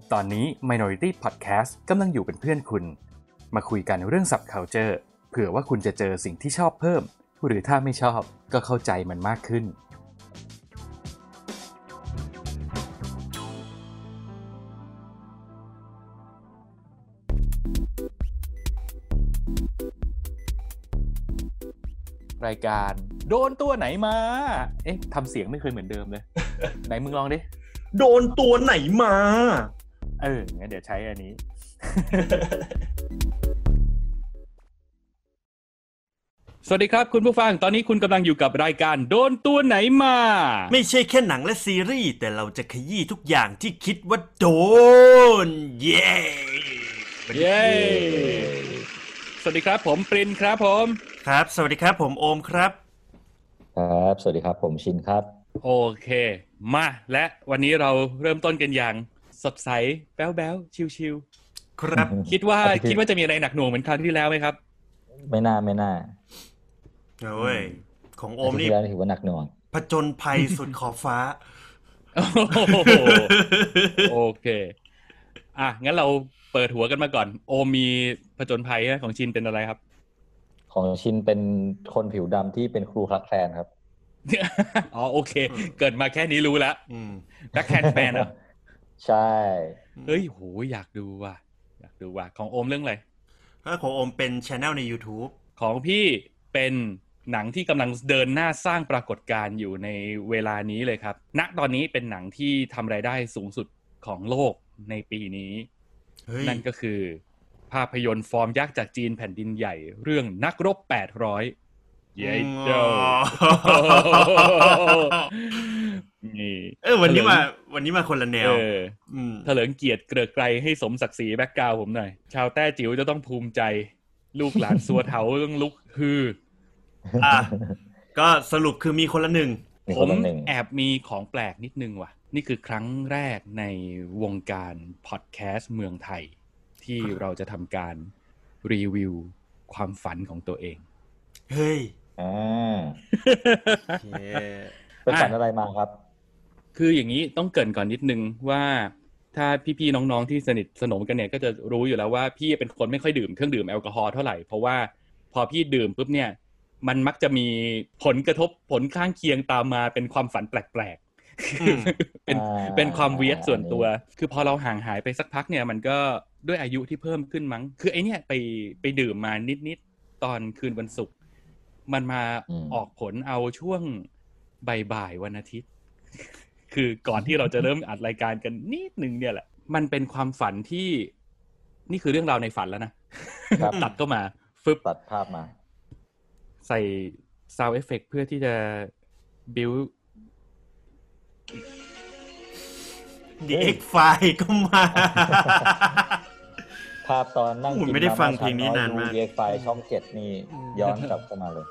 ตอนนี้ Minority Podcast กำลังอยู่เป็นเพื่อนคุณมาคุยกันเรื่อง Subculture เผื่อว่าคุณจะเจอสิ่งที่ชอบเพิ่มหรือถ้าไม่ชอบก็เข้าใจมันมากขึ้นรายการโดนตัวไหนมาทำเสียงไม่เคยเหมือนเดิมเลย ไหนมึงลองดิโดนตัวไหนมางั้นเดี๋ยวใช้อันนี้ สวัสดีครับคุณผู้ฟังตอนนี้คุณกำลังอยู่กับรายการโดนตัวไหนมาไม่ใช่แค่หนังและซีรีส์แต่เราจะขยี้ทุกอย่างที่คิดว่าโดนเย้สวัสดีครับผมปรินครับผมครับสวัสดีครับผมโอมครับครับสวัสดีครับผมชินครับโอเคมาและวันนี้เราเริ่มต้นกันอย่างสดใสแบ๊วๆชิวๆครับคิดว่าจะมีอะไรหนักหน่วงเหมือนครั้งที่แล้วไหมครับไม่น่าโอ้ยของโอมนี่ถือว่าหนักหน่วงผจญภัยสุดขอบฟ้าโอเคงั้นเราเปิดหัวกันมาก่อนโอมมีผจญภัยของชินเป็นอะไรครับของชินเป็นคนผิวดำที่เป็นครูคลักแคลนครับอ๋อโอเคเกิดมาแค่นี้รู้แล้วแบ็คแคนแฟนเหรอใช่เฮ้ยโหอยากดูว่ะของโอมเรื่องอะไรของโอมเป็น channel ใน YouTube ของพี่เป็นหนังที่กำลังเดินหน้าสร้างปรากฏการณ์อยู่ในเวลานี้เลยครับณตอนนี้เป็นหนังที่ทำรายได้สูงสุดของโลกในปีนี้นั่นก็คือภาพยนตร์ฟอร์มยักษ์จากจีนแผ่นดินใหญ่เรื่องนักรบ800เย้เจ้านี่วันนี้มาคนละแนวเถลิงเกียรติเกริกไกรให้สมศักดิ์ศรีแบ็คกราวด์ผมหน่อยชาวแต้จิ๋วจะต้องภูมิใจลูกหลานซัวเถาต้องลุกฮือก็สรุปคือมีคนละหนึ่งผมแอบมีของแปลกนิดนึงว่ะนี่คือครั้งแรกในวงการพอดแคสต์เมืองไทยที่เราจะทำการรีวิวความฝันของตัวเองเฮ้ยเป็นฝันอะไรมาครับคืออย่างนี้ต้องเกริ่นก่อนนิดนึงว่าถ้าพี่ๆน้องๆที่สนิทสนมกันเนี่ยก็จะรู้อยู่แล้วว่าพี่เป็นคนไม่ค่อยดื่มเครื่องดื่มแอลกอฮอล์เท่าไหร่เพราะว่าพอพี่ดื่มปุ๊บเนี่ยมันมักจะมีผลกระทบผลข้างเคียงตามมาเป็นความฝันแปลกๆเป็นความเวียดส่วนตัวคือพอเราห่างหายไปสักพักเนี่ยมันก็ด้วยอายุที่เพิ่มขึ้นมั้งคือไอเนี่ยไปดื่มมานิดๆตอนคืนวันศุกร์มันมาออกผลเอาช่วงบ่ายๆวันอาทิตย์คือก่อนที่เราจะเริ่มอัดรายการกันนิดนึงเนี่ยแหละมันเป็นความฝันที่นี่คือเรื่องราวในฝันแล้วนะตัดเข้ามาฟึบตัดภาพมาใส่ sound effect เพื่อที่จะ build The X File ก็มาภาพตอนนั่งกินไม่ได้ฟังเพลงนี้นานมาก The X File ช่อง 7นี่ย้อนกลับเข้ามาเลย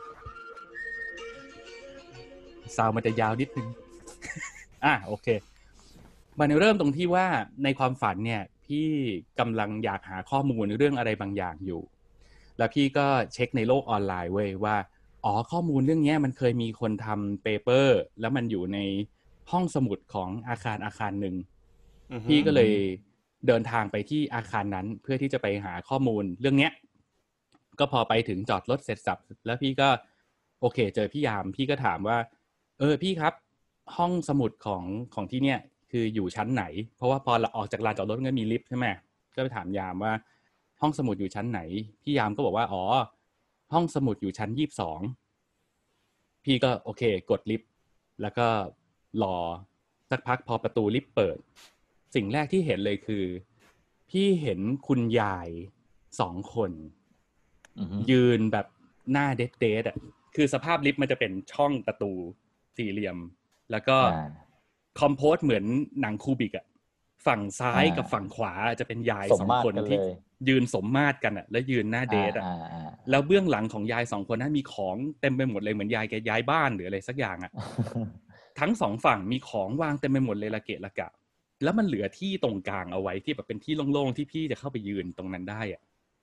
ซาวมันจะยาวนิดนึงโอเคมันเริ่มตรงที่ว่าในความฝันเนี่ยพี่กำลังอยากหาข้อมูลเรื่องอะไรบางอย่างอยู่แล้วพี่ก็เช็คในโลกออนไลน์เว้ยว่าข้อมูลเรื่องนี้มันเคยมีคนทำเปเปอร์แล้วมันอยู่ในห้องสมุดของอาคารหนึ่งพี่ก็เลยเดินทางไปที่อาคารนั้นเพื่อที่จะไปหาข้อมูลเรื่องนี้ก็พอไปถึงจอดรถเสร็จสับแล้วพี่ก็โอเคเจอพี่ยามพี่ก็ถามว่าพี่ครับห้องสมุดของที่เนี่ยคืออยู่ชั้นไหนเพราะว่าพอเราออกจากลานจอดรถก็มีลิฟต์ใช่ไหมก็ไปถามยามว่าห้องสมุดอยู่ชั้นไหนพี่ยามก็บอกว่าห้องสมุดอยู่ชั้น22พี่ก็โอเคกดลิฟต์แล้วก็รอสักพักพอประตูลิฟต์เปิดสิ่งแรกที่เห็นเลยคือพี่เห็นคุณยาย2คนยืนแบบหน้าเด็ดๆอ่ะคือสภาพลิฟต์มันจะเป็นช่องประตูสี่เหลี่ยมแล้วก็คอมโพสเหมือนหนังคูบิกอ่ะฝั่งซ้ายกับฝั่งขวาจะเป็นยาย2คนที่ยืนสมมาตรกันอ่ะแล้วยืนหน้าเดทอ่ะแล้วเบื้องหลังของยาย2คนนั้นมีของเต็มไปหมดเลยเหมือนยายแกย้ายบ้านหรืออะไรสักอย่างอ่ะทั้ง2ฝั่งมีของวางเต็มไปหมดเลยละเกะละกะแล้วมันเหลือที่ตรงกลางเอาไว้ที่แบบเป็นที่โล่งๆที่พี่จะเข้าไปยืนตรงนั้นได้อ่ะ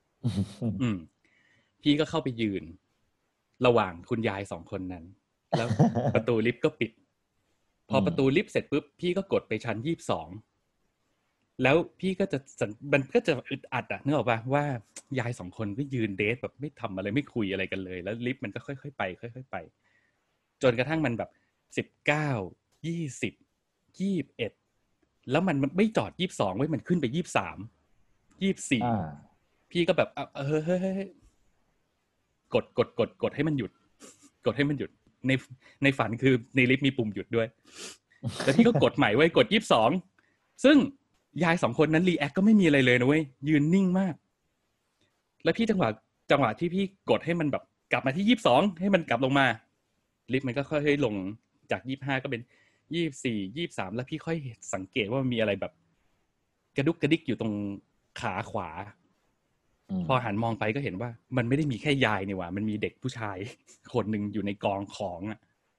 พี่ก็เข้าไปยืนระหว่างคุณยาย2คนนั้นแล้วประตูลิฟต์ก็ปิดพอประตูลิฟต์เสร็จปุ๊บพี่ก็กดไปชั้น22 แล้วพี่ก็จะมันก็จะอึดอัดนึกออกป่ะว่ายาย2คนก็ยืนเดทแบบไม่ทำอะไรไม่คุยอะไรกันเลยแล้วลิฟต์มันก็ค่อยๆไปค่อยๆไปจนกระทั่งมันแบบ19 20 21แล้วมันไม่จอด22เว้ยมันขึ้นไป23 24พี่ก็แบบเฮ้ยกดให้มันหยุดกดให้มันหยุดในฝันคือในลิฟต์มีปุ่มหยุดด้วยแล้วพี่ก็กดใหม่ไว้กด22ซึ่งยาย2คนนั้นรีแอคก็ไม่มีอะไรเลยนะเว้ยยืนนิ่งมากแล้วพี่จังหวะที่พี่กดให้มันแบบกลับมาที่22ให้มันกลับลงมาลิฟต์มันก็ค่อยๆลงจาก25ก็เป็น24 23แล้วพี่ค่อยสังเกตว่ามันมีอะไรแบบกระดุกกระดิกอยู่ตรงขาขวาพอหันมองไปก็เห็นว่ามันไม่ได้มีแค่ยายนี่หว่ามันมีเด็กผู้ชายคนนึงอยู่ในกองของอ่ะ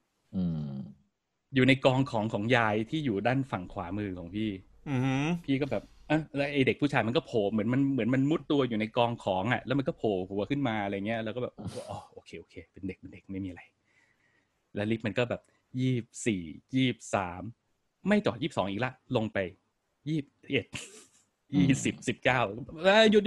อยู่ในกองของยายที่อยู่ด้านฝั่งขวามือของพี่พี่ก็แบบแล้วไอเด็กผู้ชายมันก็โผล่เหมือนมันมุดตัวอยู่ในกองของอ่ะแล้วมันก็โผล่หัวขึ้นมาอะไรเงี้ยแล้วก็แบบอ๋อโอเคเป็นเด็กไม่มีอะไรแล้วลิฟต์มันก็แบบ24 23ไม่จอด22อีกละลงไป21 20 19หยุด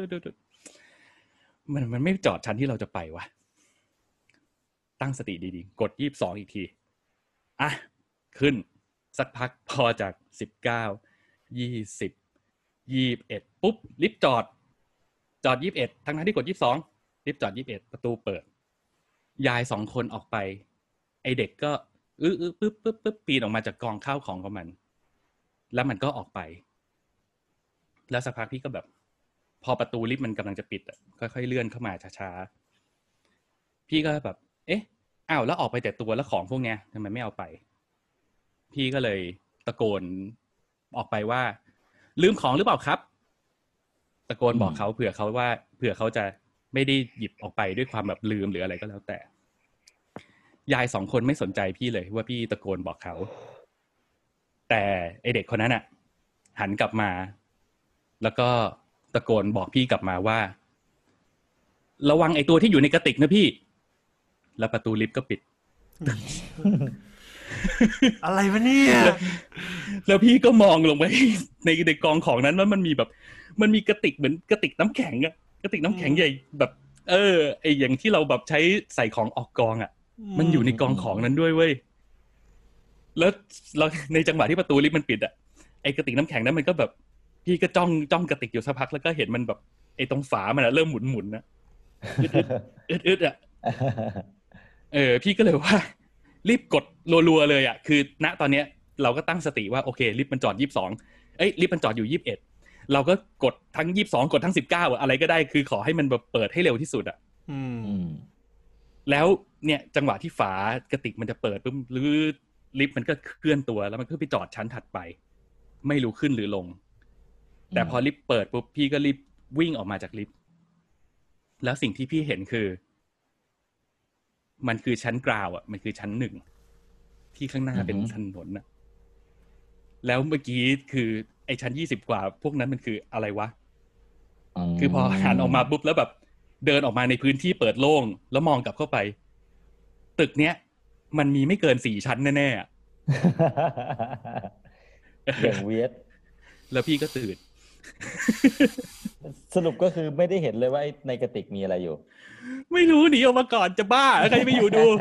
มันไม่จอดชั้นที่เราจะไปวะตั้งสติดีๆกด22อีกทีขึ้นสักพักพอจาก19 20 21ปุ๊บลิฟต์จอด21ทั้งที่กด22ลิฟต์จอด21ประตูเปิดยาย2คนออกไปไอเด็กก็ปึ๊บปีนออกมาจากกองข้าวของของมันแล้วมันก็ออกไปแล้วสักพักพี่ก็แบบพอประตูลิฟต์มันกำลังจะปิดค่อยๆเลื่อนเข้ามาช้าๆพี่ก็แบบแล้วออกไปแต่ตัวแล้วของพวกเนี้ยทำไมไม่เอาไปพี่ก็เลยตะโกนออกไปว่าลืมของหรือเปล่าครับตะโกนบอกเขาเผื่อเขาจะไม่ได้หยิบออกไปด้วยความแบบลืมหรืออะไรก็แล้วแต่ยาย2คนไม่สนใจพี่เลยว่าพี่ตะโกนบอกเขาแต่ไอเด็กคนนั้นหันกลับมาแล้วก็ตะโกนบอกพี่กลับมาว่าระวังไอตัวที่อยู่ในกระติกนะพี่แล้วประตูลิฟต์ก็ปิดอะไรวะเนี่ยแล้วพี่ก็มองลงไปในกองของนั้นว่ามันมีกระติกเหมือนกระติกน้ำแข็งกระติกน้ำแข็งใหญ่แบบไออย่างที่เราแบบใช้ใส่ของออกกองมันอยู่ในกองของนั้นด้วยเว้ยแล้วเราในจังหวะที่ประตูลิฟต์มันปิดไอกระติกน้ำแข็งนั้นมันก็แบบพี่ก็จ้องกระติกอยู่สักพักแล้วก็เห็นมันแบบไอตรงฝามันเริ่มหมุนนะอึดพี่ก็เลยว่ารีบกดรัวๆเลยคือณตอนเนี้ยเราก็ตั้งสติว่าโอเคลิฟต์มันจอด22ลิฟต์มันจอดอยู่21เราก็กดทั้ง22กดทั้ง19อะไรก็ได้คือขอให้มันแบบเปิดให้เร็วที่สุดแล้วเนี่ยจังหวะที่ฝากระติกมันจะเปิดปุ๊บหรือลิฟต์มันก็เคลื่อนตัวแล้วมันก็ไปจอดชั้นถัดไปไม่รู้ขึ้นหรือลงแต่พอลิฟต์เปิดปุ๊บพี่ก็รีบวิ่งออกมาจากลิฟต์แล้วสิ่งที่พี่เห็นคือมันคือชั้นกราวมันคือชั้น1ที่ข้างหน้าเป็นถนนแล้วเมื่อกี้คือไอ้ชั้น20กว่าพวกนั้นมันคืออะไรวะคือพอหันออกมาปุ๊บแล้วแบบเดินออกมาในพื้นที่เปิดโล่งแล้วมองกลับเข้าไปตึกเนี้ยมันมีไม่เกิน4ชั้นแน่ๆอย่างเวียดแล้วพี่ก็ตื่นสรุปก็คือไม่ได้เห็นเลยว่าในกระติกมีอะไรอยู่ไม่รู้หนีออกมาก่อนจะบ้าใครจะไปอยู่ดู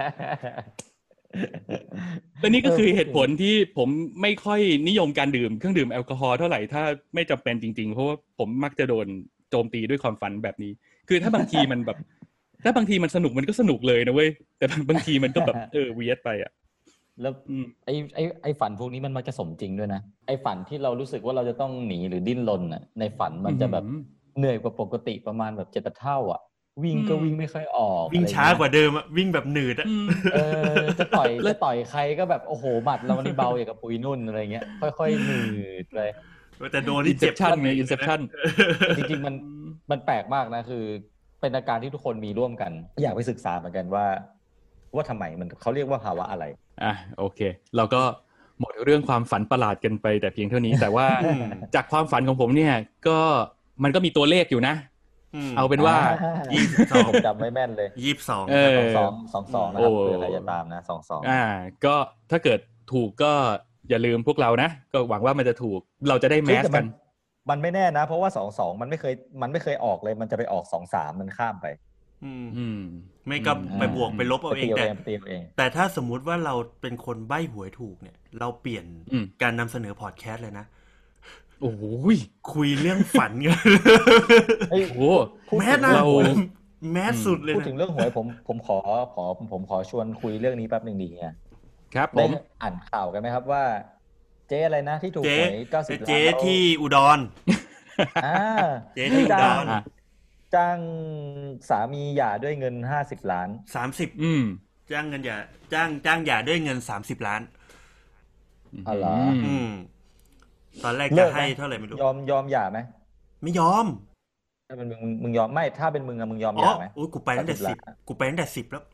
แต่นี่ก็คือเหตุผลที่ผมไม่ค่อยนิยมการดื่มเครื่องดื่มแอลกอฮอล์เท่าไหร่ถ้าไม่จำเป็นจริงๆเพราะว่าผมมักจะโดนโจมตีด้วยความฝันแบบนี้คือถ้าบางทีมันแบบถ้าบางทีมันสนุกมันก็สนุกเลยนะเว้ยแต่บางทีมันก็แบบเวียดไปแล้วไอ้ฝันพวกนี้มันมักจะสมจริงด้วยนะไอ้ฝันที่เรารู้สึกว่าเราจะต้องหนีหรือดิ้นรนในฝันมันจะแบบเหนื่อยกว่าปกติประมาณแบบ7 เท่าวิ่งก็วิ่งไม่ค่อยออกวิ่งช้ากว่าเดิมวิ่งแบบหนืดจะต่อยใครก็แบบโอ้โหหมัดเรานี่เบาอย่างกับปุยนุ่นอะไรเงี้ยค่อยๆหนืดไปแต่โดนนี่เจ็บชั่นไงอินเซปชั่นจริงๆมันแปลกมากนะคือเป็นอาการที่ทุกคนมีร่วมกันอยากไปศึกษาเหมือนกันว่าทำไมมันเขาเรียกว่าภาวะอะไรโอเคเราก็หมดเรื่องความฝันประหลาดกันไปแต่เพียงเท่านี้แต่ว่าจากความฝันของผมเนี่ยก็มันก็มีตัวเลขอยู่นะเอาเป็นว่าผมจำไม่แม่นเลย 22 22นะครับเผื่อใครจะตามนะ22 ก็ถ้าเกิดถูกก็อย่าลืมพวกเรานะก็หวังว่ามันจะถูกเราจะได้แมสกันมันไม่แน่นะเพราะว่า2-2มันไม่เคยออกเลยมันจะไปออก2-3มันข้ามไปไม่ก็ไปบวกไปลบเอาเองแต่ถ้าสมมุติว่าเราเป็นคนใบ้หวยถูกเนี่ยเราเปลี่ยนการนำเสนอพอดแคสต์เลยนะโอ้ยคุยเรื่องฝันกันโอ้โหแม้นะแม้สุดเลยนะพูดถึงเรื่องหวยผมขอชวนคุยเรื่องนี้แป๊บนึงดีไงครับผมอ่านข่าวกันไหมครับว่าเจ๊อะไรนะที่ถูกหวย90 ล้านเจ๊ที่อุดรเจ๊ที่อุดรจ้างสามีหย่าด้วยเงิน50 ล้าน 30จ้างเงินหย่าจ้างหย่าด้วยเงิน30 ล้านอ๋อเหรอตอนแรกจะให้เท่าไหร่ไม่รู้ยอมหย่าไหมไม่ยอมถ้าเป็นมึงยอมไม่ถ้าเป็นมึงอะมึงยอมหย่าไหมโอ้ยกูไปตั้งแต่10แล้ว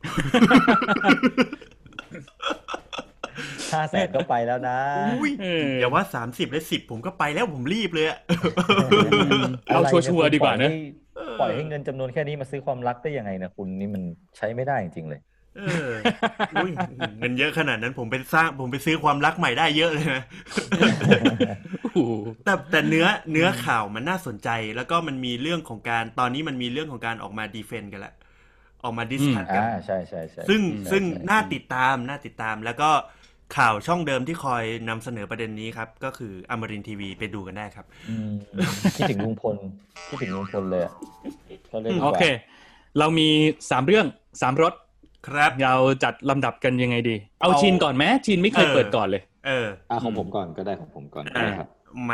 500,000ก็ไปแล้วนะอย่าว่า30และ10ผมก็ไปแล้วผมรีบเลยอะเอาชัวร์ๆดีกว่านะปล่อยให้เงินจำนวนแค่นี้มาซื้อความรักได้ยังไงนะคุณนี่มันใช้ไม่ได้จริงๆเลยเงินเยอะขนาดนั้นผมไปซื้อความรักใหม่ได้เยอะเลยนะแต่เนื้อข่าวมันน่าสนใจแล้วก็มันมีเรื่องของการตอนนี้มันมีเรื่องของการออกมาดีเฟนด์กันแล้วออกมาดิสคัสกันใช่ซึ่งน่าติดตามแล้วก็ข่าวช่องเดิมที่คอยนำเสนอประเด็นนี้ครับก็คืออมรินทร์ทีวีไปดูกันได้ครับคิดถึงลุงพลเลยโอเคเรามี3เรื่อง3รสครับเราจัดลำดับกันยังไงดีเอาชินก่อนไหมชินไม่เคยเปิดก่อนเลยของผมก่อนก็ได้ของผมก่อนครับมา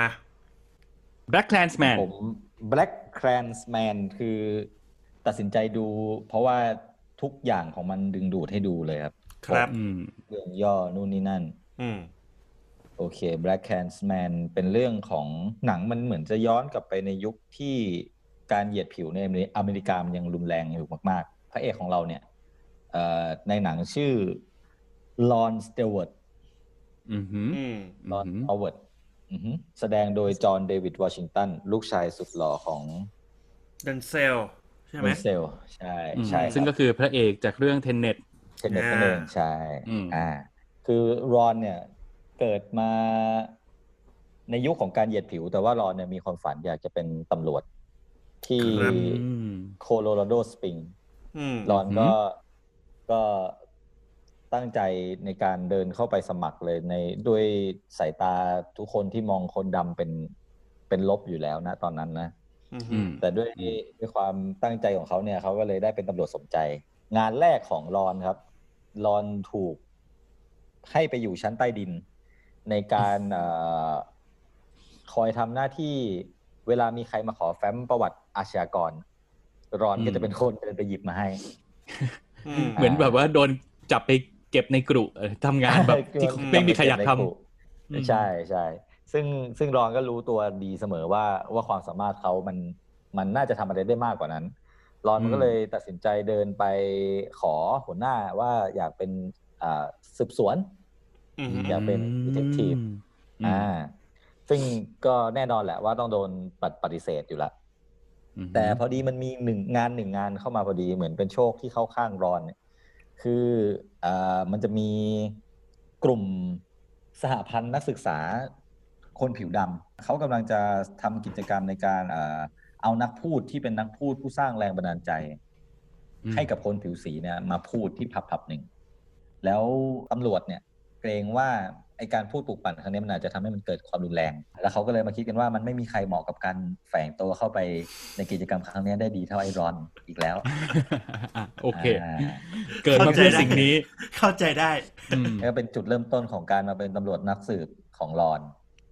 Black Klansman ผม Black Klansman คือตัดสินใจดูเพราะว่าทุกอย่างของมันดึงดูดให้ดูเลยครับเรื่องย่อนู่นนี่นั่นโอเค Black Klansman เป็นเรื่องของหนังมันเหมือนจะย้อนกลับไปในยุคที่การเหยียดผิวในอเมริกามันยังรุนแรงอยู่มากๆพระเอกของเราเนี่ยในหนังชื่อลอนสเตเวิร์ดลอนสเตเวิร์ดแสดงโดยจอห์นเดวิดวอชิงตันลูกชายสุดหล่อของดันเซลใช่ไหมใช่ซึ่งก็คือพระเอกจากเรื่องเทนเน็ตนั่นเองใช่คือรอนเนี่ยเกิดมาในยุคของการเหยียดผิวแต่ว่ารอนเนี่ยมีความฝันอยากจะเป็นตำรวจที่โคโลราโดสปริงรอนก็ตั้งใจในการเดินเข้าไปสมัครเลยด้วยสายตาทุกคนที่มองคนดำเป็นลบอยู่แล้วนะตอนนั้นนะแต่ด้วยความตั้งใจของเขาเนี่ยเขาก็เลยได้เป็นตำรวจสมใจงานแรกของรอนครับรอนถูกให้ไปอยู่ชั้นใต้ดินในการคอยทำหน้าที่เวลามีใครมาขอแฟ้มประวัติอาชญากรรอนก็จะเป็นคนเดินไปหยิบมาให้เหมือนแบบว่าโดนจับไปเก็บในกรุทำงานแบบที่ไม่มีใครอยากทำใช่ซึ่งรอนก็รู้ตัวดีเสมอว่าความสามารถเขามันน่าจะทำอะไรได้มากกว่านั้นรอนมันก็เลยตัดสินใจเดินไปขอหัวหน้าว่าอยากเป็นสืบสวนอยากเป็นดีเทคทีฟซึ่งก็แน่นอนแหละว่าต้องโดนปฏิเสธอยู่แล้วแต่พอดีมันมีหนึ่งงานเข้ามาพอดีเหมือนเป็นโชคที่เข้าข้างรอนเนี่ยคือมันจะมีกลุ่มสหพันธ์นักศึกษาคนผิวดำเขากำลังจะทำกิจกรรมในการเอานักพูดที่เป็นนักพูดผู้สร้างแรงบันดาลใจให้กับคนผิวสีเนี่ยมาพูดที่ผับหนึ่งแล้วตำรวจเนี่ยเกรงว่าไอการพูดปลุกปั่นครั้งนี้มันอาจจะทำให้มันเกิดความรุนแรงแล้วเขาก็เลยมาคิดกันว่ามันไม่มีใครเหมาะกับการแฝงตัวเข้าไปในกิจกรรมครั้งนี้ได้ดีเท่าไอรอนอีกแล้วโอเคเกิดมาเพื่อสิ่งนี้เข้าใจได้แล้วก็เป็นจุดเริ่มต้นของการมาเป็นตำรวจนักสืบของรอน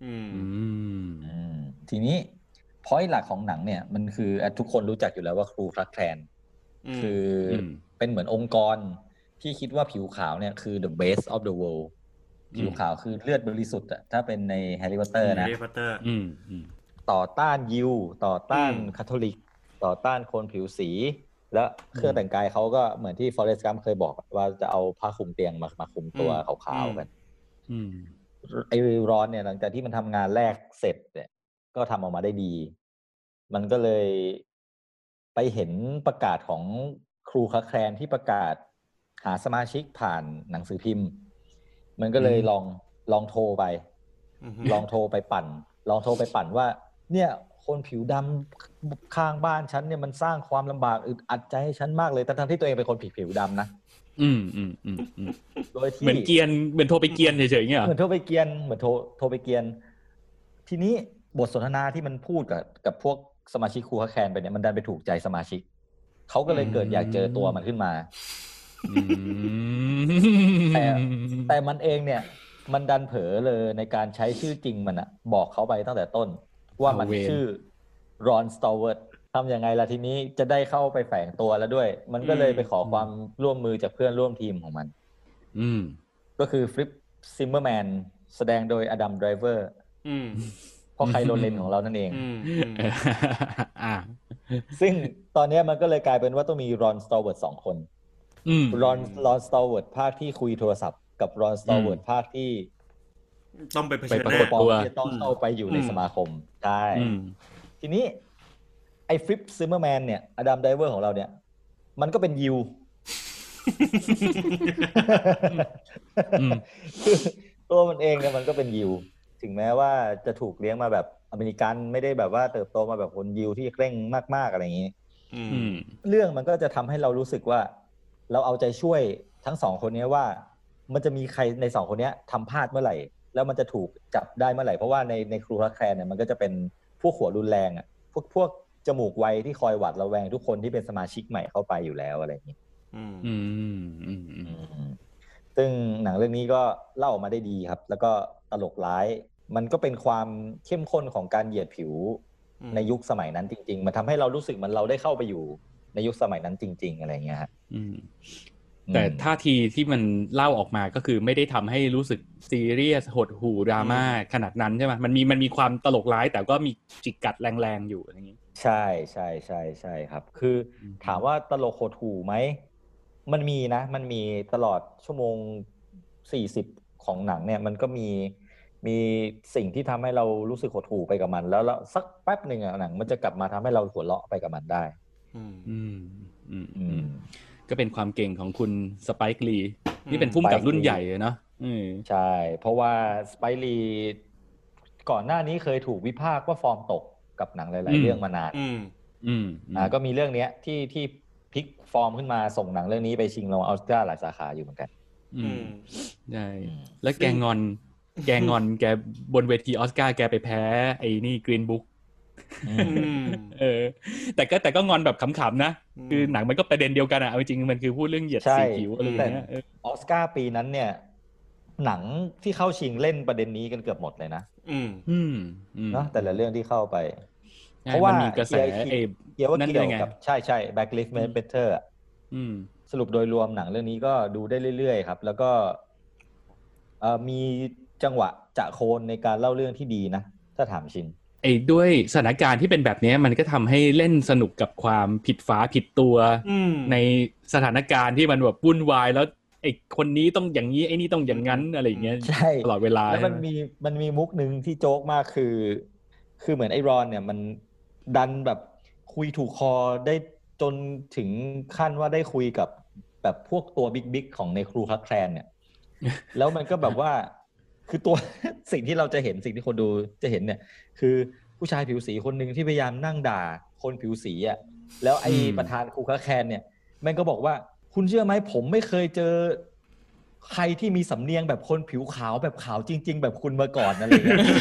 ทีนี้พอยต์หลักของหนังเนี่ยมันคือทุกคนรู้จักอยู่แล้วว่าครูคลักแคลนคือเป็นเหมือนองค์กรที่คิดว่าผิวขาวเนี่ยคือ the best of the world ผิวขาวคือเลือดบริสุทธิ์อะถ้าเป็นในแฮร์รี่พอตเตอร์นะต่อต้านยิวต่อต้านคาทอลิกต่อต้านคนผิวสีและเครื่องแต่งกายเขาก็เหมือนที่ฟอเรสต์กัมป์เคยบอกว่าจะเอาผ้าคลุมเตียงมาคลุมตัวขาวๆกันไอ้รอนเนี่ยหลังจากที่มันทำงานแรกเสร็จเนี่ยก็ทำออกมาได้ดีมันก็เลยไปเห็นประกาศของครูคลักแคลนที่ประกาศหาสมาชิกผ่านหนังสือพิมพ์มันก็เลยลองโทรไปปั่นว่าเนี่ยคนผิวดำข้างบ้านฉันเนี่ยมันสร้างความลำบากอึดอัดใจให้ฉันมากเลยทั้งที่ตัวเองเป็นคนผิวดำนะโดยที่เหมือนโทรไปเกียนเฉยๆเงี้ยเหมือนโทรไปเกียนทีนี้บทสนทนาที่มันพูดกับพวกสมาชิกครูฮักแคนไปเนี่ยมันดันไปถูกใจสมาชิกเขาก็เลยเกิดอยากเจอตัวมันขึ้นมาแต่มันเองเนี่ยมันดันเผลอเลยในการใช้ชื่อจริงมันอะบอกเขาไปตั้งแต่ต้นว่ามันชื่อรอนสตอเวิร์ดทำยังไงล่ะทีนี้จะได้เข้าไปแฝงตัวแล้วด้วยมันก็เลยไปขอความร่วมมือจากเพื่อนร่วมทีมของมันก็คือฟลิปซิมเมอร์แมนแสดงโดยอดัมไดรเวอร์พ่อไคโรเลนของเรานั่นเองซึ่งตอนนี้มันก็เลยกลายเป็นว่าต้องมีรอนสตอเวิร์ด2 คนรอนสตอเวิร์ดภาคที่คุยโทรศัพท์กับรอนสตอเวิร์ดภาคที่ต้องไปปรากฏตัวที่ต้องเข้าไปอยู่ในสมาคมใช่ทีนี้ไอ้ฟลิปซิมเมอร์แมนเนี่ยอดัมไดรเวอร์ของเราเนี่ยมันก็เป็นยิวตัวมันเองเนี่ยมันก็เป็นยิวถึงแม้ว่าจะถูกเลี้ยงมาแบบอเมริกันไม่ได้แบบว่าเติบโตมาแบบคนยิวที่เคร่งมากๆอะไรอย่างนี้เรื่องมันก็จะทำให้เรารู้สึกว่าเราเอาใจช่วยทั้ง2 คนนี้ว่ามันจะมีใครใน2 คนนี้ทำพลาดเมื่อไหร่แล้วมันจะถูกจับได้เมื่อไหร่เพราะว่าในครูฮักแคนเนี่ยมันก็จะเป็นพวกหัวรุนแรงอ่ะพวกจมูกไวที่คอยหวาดระแวงทุกคนที่เป็นสมาชิกใหม่เข้าไปอยู่แล้วอะไรอย่างนี้ซึ่งหนังเรื่องนี้ก็เล่าออกมาได้ดีครับแล้วก็ตลกร้ายมันก็เป็นความเข้มข้นของการเหยียดผิวในยุคสมัยนั้นจริงๆมันทำให้เรารู้สึกมันเราได้เข้าไปอยู่ในยุคสมัยนั้นจริงๆอะไรเงี้ยฮะแต่ท่าทีที่มันเล่าออกมาก็คือไม่ได้ทำให้รู้สึกซีเรียสหดหู่ดราม่าขนาดนั้นใช่ไหมมันมีความตลกร้ายแต่ก็มีจิกกัดแรงๆอยู่อะไรอย่างนี้ใช่ใช่ใช่ใช่ครับคือถามว่าตลกหดหู่ไหมมันมีนะมันมีตลอดชั่วโมง40ของหนังเนี่ยมันก็มีสิ่งที่ทำให้เรารู้สึกหดหู่ไปกับมันแล้วสักแป๊บหนึ่งหนังมันจะกลับมาทำให้เราหัวเราะไปกับมันได้ก็เป็นความเก่งของคุณสไปค์ลีนี่เป็นผู้กำกับรุ่นใหญ่เนาะใช่เพราะว่าสไปค์ลีก่อนหน้านี้เคยถูกวิพากษ์ว่าฟอร์มตกกับหนังหลายๆเรื่องมานานก็มีเรื่องนี้ที่พลิกฟอร์มขึ้นมาส่งหนังเรื่องนี้ไปชิงรางวัลออสการ์หลายสาขาอยู่เหมือนกันใช่แล้วแกงอนแกบนเวทีออสการ์แกไปแพ้ไอ้นี่กรีนบุ๊กแต่ก็งอนแบบขำๆนะคือหนังมันก็ประเด็นเดียวกันอะเอาจริงมันคือพูดเรื่องเหยียดสีผิวอะไรอย่างเงี้ยออสการ์ปีนั้นเนี่ยหนังที่เข้าชิงเล่นประเด็นนี้กันเกือบหมดเลยนะเนาะแต่ละเรื่องที่เข้าไปเพราะว่ามีกระแสเกี่ยวกับใช่ Black Lives Matter สรุปโดยรวมหนังเรื่องนี้ก็ดูได้เรื่อยๆครับแล้วก็มีจังหวะจะโคนในการเล่าเรื่องที่ดีนะถ้าถามชินด้วยสถานการณ์ที่เป็นแบบนี้มันก็ทำให้เล่นสนุกกับความผิดฝาผิดตัวในสถานการณ์ที่มันแบบวุ่นวายแล้วไอ้คนนี้ต้องอย่างนี้ไอ้นี่ต้องอย่างนั้นอะไรอย่างเงี้ยตลอดเวลาแล้วมันมีมุกนึงที่โจ๊กมากคือเหมือนไอ้รอนเนี่ยมันดันแบบคุยถูกคอได้จนถึงขั้นว่าได้คุยกับแบบพวกตัวบิ๊กของในครูฮักแคลนเนี่ยแล้วมันก็แบบว่าคือตัวสิ่งที่เราจะเห็นสิ่งที่คนดูจะเห็นเนี่ยคือผู้ชายผิวสีคนหนึ่งที่พยายามนั่งด่าคนผิวสีอ่ะแล้วไอ้ประธานครูฮักแคลนเนี่ยมันก็บอกว่าคุณเชื่อไหมผมไม่เคยเจอใครที่มีสำเนียงแบบคนผิวขาวแบบขาวจริงๆแบบคุณมาก่อนอะไรอย่างเงี้ย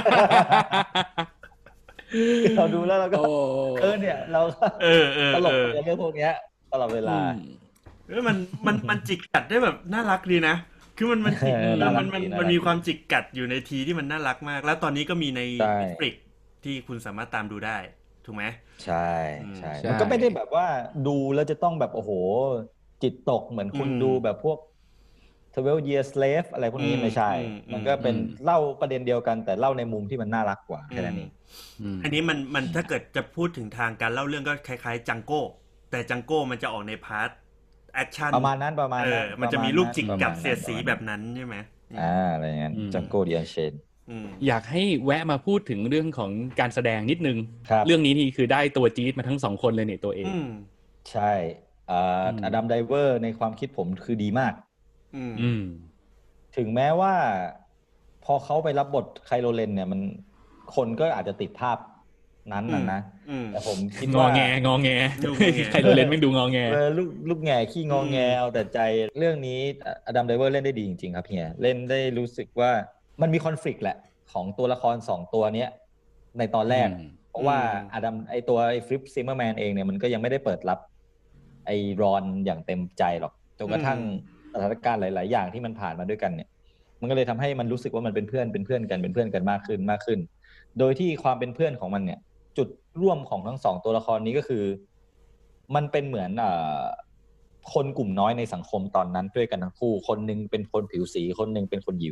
เราดูแล้วเราก็เนี่ยเราตลกในเรื่องพวกนี้ตลอดเวลามันจิกกัดได้แบบน่ารักดีนะคือมันมีความจิกกัดอยู่ในทีที่มันน่ารักมากแล้วตอนนี้ก็มีใน Netflix ที่คุณสามารถตามดูได้ถูกไหมใช่ใช่มันก็ไม่ได้แบบว่าดูแล้วจะต้องแบบโอ้โหจิตตกเหมือนคุณดูแบบพวก12 Years Slave อะไรพวกนี้ไม่ใช่มันก็เป็นเล่าประเด็นเดียวกันแต่เล่าในมุมที่มันน่ารักกว่าแค่นั้นเองอันนี้มันถ้าเกิดจะพูดถึงทางการเล่าเรื่องก็คล้ายๆจังโก้แต่จังโก้มันจะออกในพาร์ทแอคชั่นประมาณนั้นมันจะมีลูกจิกกับเสียดสีแบบนั้นใช่ไหมอะไรอย่างนั้นจังโก้ดิอันเชนอยากให้แวะมาพูดถึงเรื่องของการแสดงนิดนึงเรื่องนี้นี่คือได้ตัวจี๊ดมาทั้ง2คนเลยเนี่ยตัวเองใช่อดัมไดเวอร์ในความคิดผมคือดีมากถึงแม้ว่าพอเขาไปรับบทไคโลเรนเนี่ยมันคนก็อาจจะติดภาพนั้นนะแต่ผมคิดว่างอแงไคโลเรนไม่ดูงอแงลูกแง่ขี้งอแงเอาแต่ใจเรื่องนี้อดัมไดเวอร์เล่นได้ดีจริงๆครับเฮียเล่นได้รู้สึกว่ามันมีคอนฟลิกต์แหละของตัวละคร2ตัวเนี้ยในตอนแรกเพราะว่าอดัมไอตัวไอฟลิปซิมเมอร์แมนเองเนี่ยมันก็ยังไม่ได้เปิดรับไอรอนอย่างเต็มใจหรอกจนกระทั่งสถานการณ์หลายๆอย่างที่มันผ่านมาด้วยกันเนี่ยมันก็เลยทำให้มันรู้สึกว่ามันเป็นเพื่อนกันมากขึ้นโดยที่ความเป็นเพื่อนของมันเนี่ยจุดร่วมของทั้ง2ตัวละครนี้ก็คือมันเป็นเหมือนคนกลุ่มน้อยในสังคมตอนนั้นด้วยกันทั้งคู่คนนึงเป็นคนผิวสีคนนึงเป็นคนยิว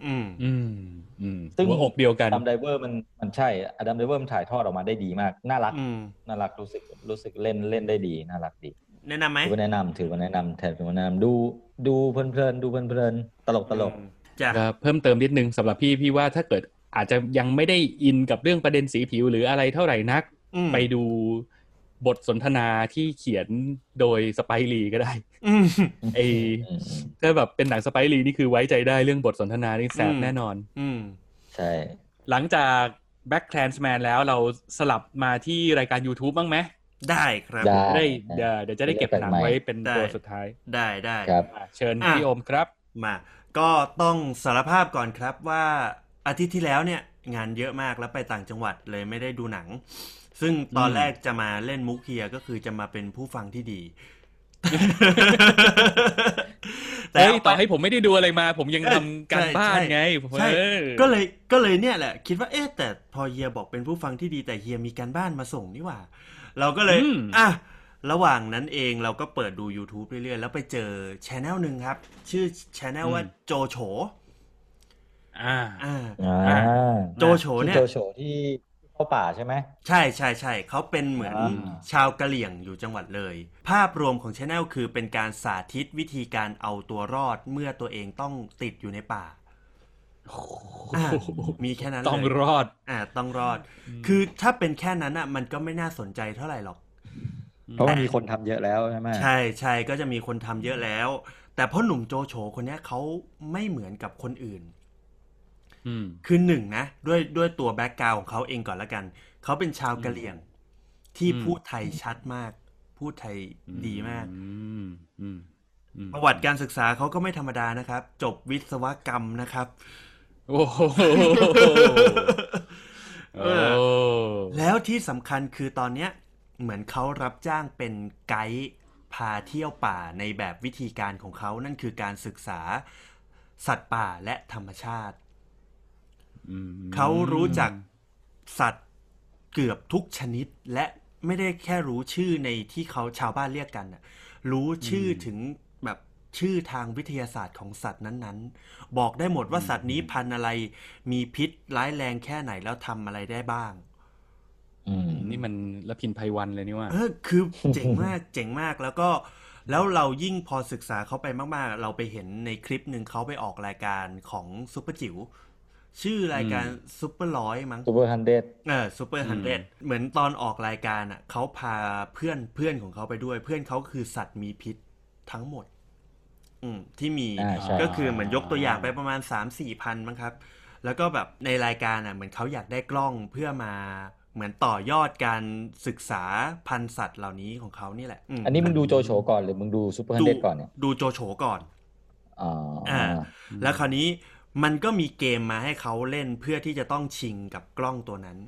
ซึ่งหัวอกเดียวกันอดัมไดเวอร์มันใช่อดัมไดเวอร์มันถ่ายทอดออกมาได้ดีมากน่ารักรู้สึกเล่นได้ดีน่ารักดีแนะนำไหมถือว่าแนะนำดูเพลินตลกเพิ่มเติมนิดนึงสำหรับพี่ว่าถ้าเกิดอาจจะยังไม่ได้อินกับเรื่องประเด็นสีผิวหรืออะไรเท่าไหร่นักไปดูบทสนทนาที่เขียนโดยสไปร์ลีก็ได้ถ้าแบบเป็นหนังสไปร์ลีนี่คือไว้ใจได้เรื่องบทสนทนานี่แซ่บแน่นอนใช่หลังจาก Black Klansman แล้วเราสลับมาที่รายการ YouTube บ้างไหมได้ครับเดี๋ยวจะได้เก็บหนังไว้เป็นตัวสุดท้ายได้เชิญพี่โอมครับมาก็ต้องสารภาพก่อนครับว่าอาทิตย์ที่แล้วเนี่ยงานเยอะมากแล้วไปต่างจังหวัดเลยไม่ได้ดูหนังซึ่งตอนแรกจะมาเล่นมุกเฮียก็คือจะมาเป็นผู้ฟังที่ดีแต่ต่อให้ผมไม่ได้ดูอะไรมาผมยังทำการบ้านไงก็เลยเนี่ยแหละคิดว่าแต่พอเฮียบอกเป็นผู้ฟังที่ดีแต่เฮียมีการบ้านมาส่งนี่หว่าเราก็เลยระหว่างนั้นเองเราก็เปิดดู YouTube เรื่อยๆแล้วไปเจอ channel นึงครับชื่อ channel ว่าโจโฉโจโฉเนี่ยโจโฉที่เข้าป่าใช่ไหมใช่เขาเป็นเหมือนชาวกะเหรี่ยงอยู่จังหวัดเลยภาพรวมของ channel คือเป็นการสาธิตวิธีการเอาตัวรอดเมื่อตัวเองต้องติดอยู่ในป่ามีแค่นั้นเลยต้องรอดต้องรอดคือถ้าเป็นแค่นั้นอ่ะมันก็ไม่น่าสนใจเท่าไหร่หรอกเพราะว่ามีคนทำเยอะแล้วใช่ไหมใช่ก็จะมีคนทำเยอะแล้วแต่พ่อหนุ่มโจโฉคนนี้เขาไม่เหมือนกับคนอื่นคือหนึ่งนะด้วยตัวแบ็คกราวด์ของเขาเองก่อนละกันเขาเป็นชาวกะเหรี่ยงที่พูดไทยชัดมากพูดไทยดีมากประวัติการศึกษาเขาก็ไม่ธรรมดานะครับจบวิศวกรรมนะครับโอ้โหแล้วที่สำคัญคือตอนเนี้ยเหมือนเขารับจ้างเป็นไกด์พาเที่ยวป่าในแบบวิธีการของเขานั่นคือการศึกษาสัตว์ป่าและธรรมชาติเขารู้จักสัตว์เกือบทุกชนิดและไม่ได้แค่รู้ชื่อในที่เขาชาวบ้านเรียกกันรู้ชื่อถึงแบบชื่อทางวิทยาศาสตร์ของสัตว์นั้นๆบอกได้หมดว่าสัตว์นี้พันธุ์อะไรมีพิษร้ายแรงแค่ไหนแล้วทำอะไรได้บ้างนี่มันละพินไพวันเลยนี่ว่าคือเจ๋งมากแล้วเรายิ่งพอศึกษาเขาไปมากๆเราไปเห็นในคลิปนึงเขาไปออกรายการของซุปเปอร์จิ๋วชื่อรายการซุปเปอร์100มั้งซุปเปอร์100 ซุปเปอร์100เหมือนตอนออกรายการเขาพาเพื่อนของเขาไปด้วยเพื่อนเขาคือสัตว์มีพิษทั้งหมดที่มีก็คือเหมือนยกตัวอย่างไปประมาณ 3-4 พันมั้งครับแล้วก็แบบในรายการเหมือนเขาอยากได้กล้องเพื่อมาเหมือนต่อยอดการศึกษาพันธุ์สัตว์เหล่านี้ของเขานี่แหละอันนี้มึงดูโจโฉก่อนหรือมึงดูซุปเปอร์100ก่อนเนี่ยดูโจโฉก่อนแล้วคราวนี้มันก็มีเกมมาให้เขาเล่นเพื่อที่จะต้องชิงกับกล้องตัวนั้น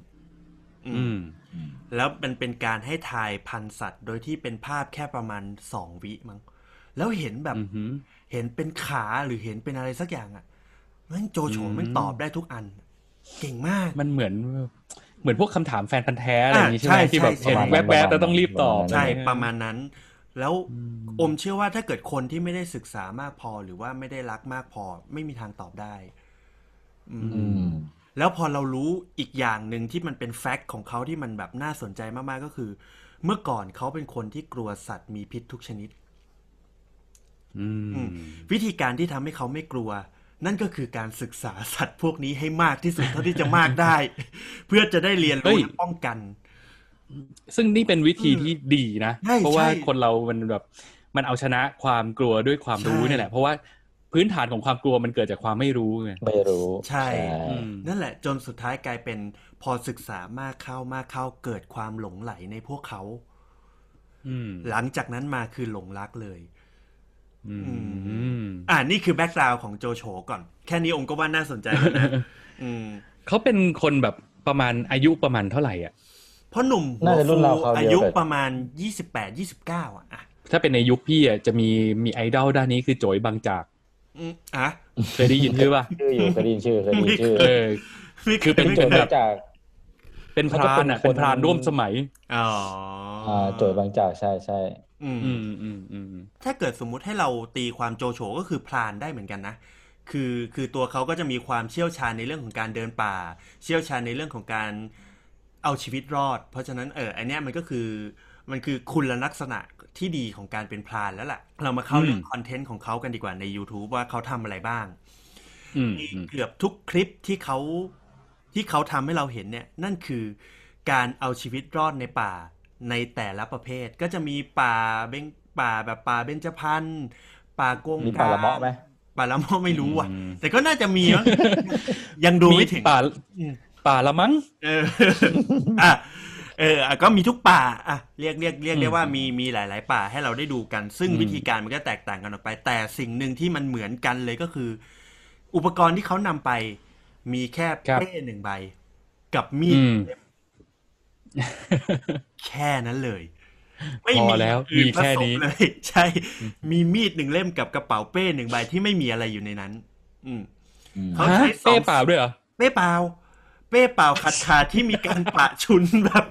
แล้วมันเป็นการให้ทายพันธุ์สัตว์โดยที่เป็นภาพแค่ประมาณ2 วิมั้งแล้วเห็นแบบเห็นเป็นขาหรือเห็นเป็นอะไรสักอย่างมันโจโฉมันตอบได้ทุกอันเก่งมากมันเหมือนพวกคำถามแฟนพันธุ์แท้อะไรอย่างนี้ใช่ไหมที่แบบเห็นแวบๆแล้วต้องรีบตอบใช่ประมาณนั้นแล้วอมเชื่อว่าถ้าเกิดคนที่ไม่ได้ศึกษามากพอหรือว่าไม่ได้รักมากพอไม่มีทางตอบได้แล้วพอเรารู้อีกอย่างหนึ่งที่มันเป็นแฟกต์ของเขาที่มันแบบน่าสนใจมากๆก็คือเมื่อก่อนเขาเป็นคนที่กลัวสัตว์มีพิษทุกชนิดวิธีการที่ทำให้เขาไม่กลัวนั่นก็คือการศึกษาสัตว์พวกนี้ให้มากที่สุดเท่าที่จะมากได้ เพื่อจะได้เรียนรู้และป้องกันซึ่งนี่เป็นวิธีที่ดีนะเพราะว่าคนเรามันแบบมันเอาชนะความกลัวด้วยความรู้นี่แหละเพราะว่าพื้นฐานของความกลัวมันเกิดจากความไม่รู้ไงไม่รู้ใช่นั่นแหละจนสุดท้ายกลายเป็นพอศึกษามากเข้าเกิดความหลงไหลในพวกเขาหลังจากนั้นมาคือหลงรักเลยนี่คือแบ็กกราวด์ของโจโฉก่อนแค่นี้องค์ก็ว่าน่าสนใจแล้วนะเขาเป็นคนแบบประมาณอายุประมาณเท่าไหร่อ่ะเพราะหนุ่มหัวฟูอายุประมาณ28-29อ่ะถ้าเป็นในยุคพี่อ่ะจะมีไอดอลด้านนี้คือโจยบางจากเคยได้ยินชื่อป่ะเคยได้ยินชื่อคือเป็นแบบเป็นพรานอ่ะเป็นพรานร่วมสมัยโจยบางจากใช่ถ้าเกิดสมมุติให้เราตีความโจโฉก็คือพรานได้เหมือนกันนะคือตัวเขาก็จะมีความเชี่ยวชาญในเรื่องของการเดินป่าเชี่ยวชาญในเรื่องของการเอาชีวิตรอดเพราะฉะนั้นอันเนี้ยมันคือคุณลักษณะที่ดีของการเป็นพรานแล้วล่ะเรามาเข้าเรื่องคอนเทนต์ของเขากันดีกว่าใน YouTube ว่าเขาทำอะไรบ้างเกือบทุกคลิปที่เขาทำให้เราเห็นเนี่ยนั่นคือการเอาชีวิตรอดในป่าในแต่ละประเภทก็จะมีป่าแบบป่าเบญจพรรณป่ากงกลางป่าละเมาะไหมป่าละเมาะไม่รู้ว่ะแต่ก็น่าจะมีมั้งยังดูไม่ถึงป่าละมั้งก็มีทุกป่าเรียกได้ว่ามีหลายๆป่าให้เราได้ดูกันซึ่งวิธีการมันก็แตกต่างกันออกไปแต่สิ่งหนึ่งที่มันเหมือนกันเลยก็คืออุปกรณ์ที่เขานำไปมีแค่เป้1ใบกับมีดแค่นั้นเลยไม่มีแล้วมีแค่นี้เลยใช่มีมีด1เล่มกับกระเป๋าเป้1ใบที่ไม่มีอะไรอยู่ในนั้นเขาใช้เป้เปล่าด้วยเหรอเป้เปล่าขาดที่มีการปะชุนแบบ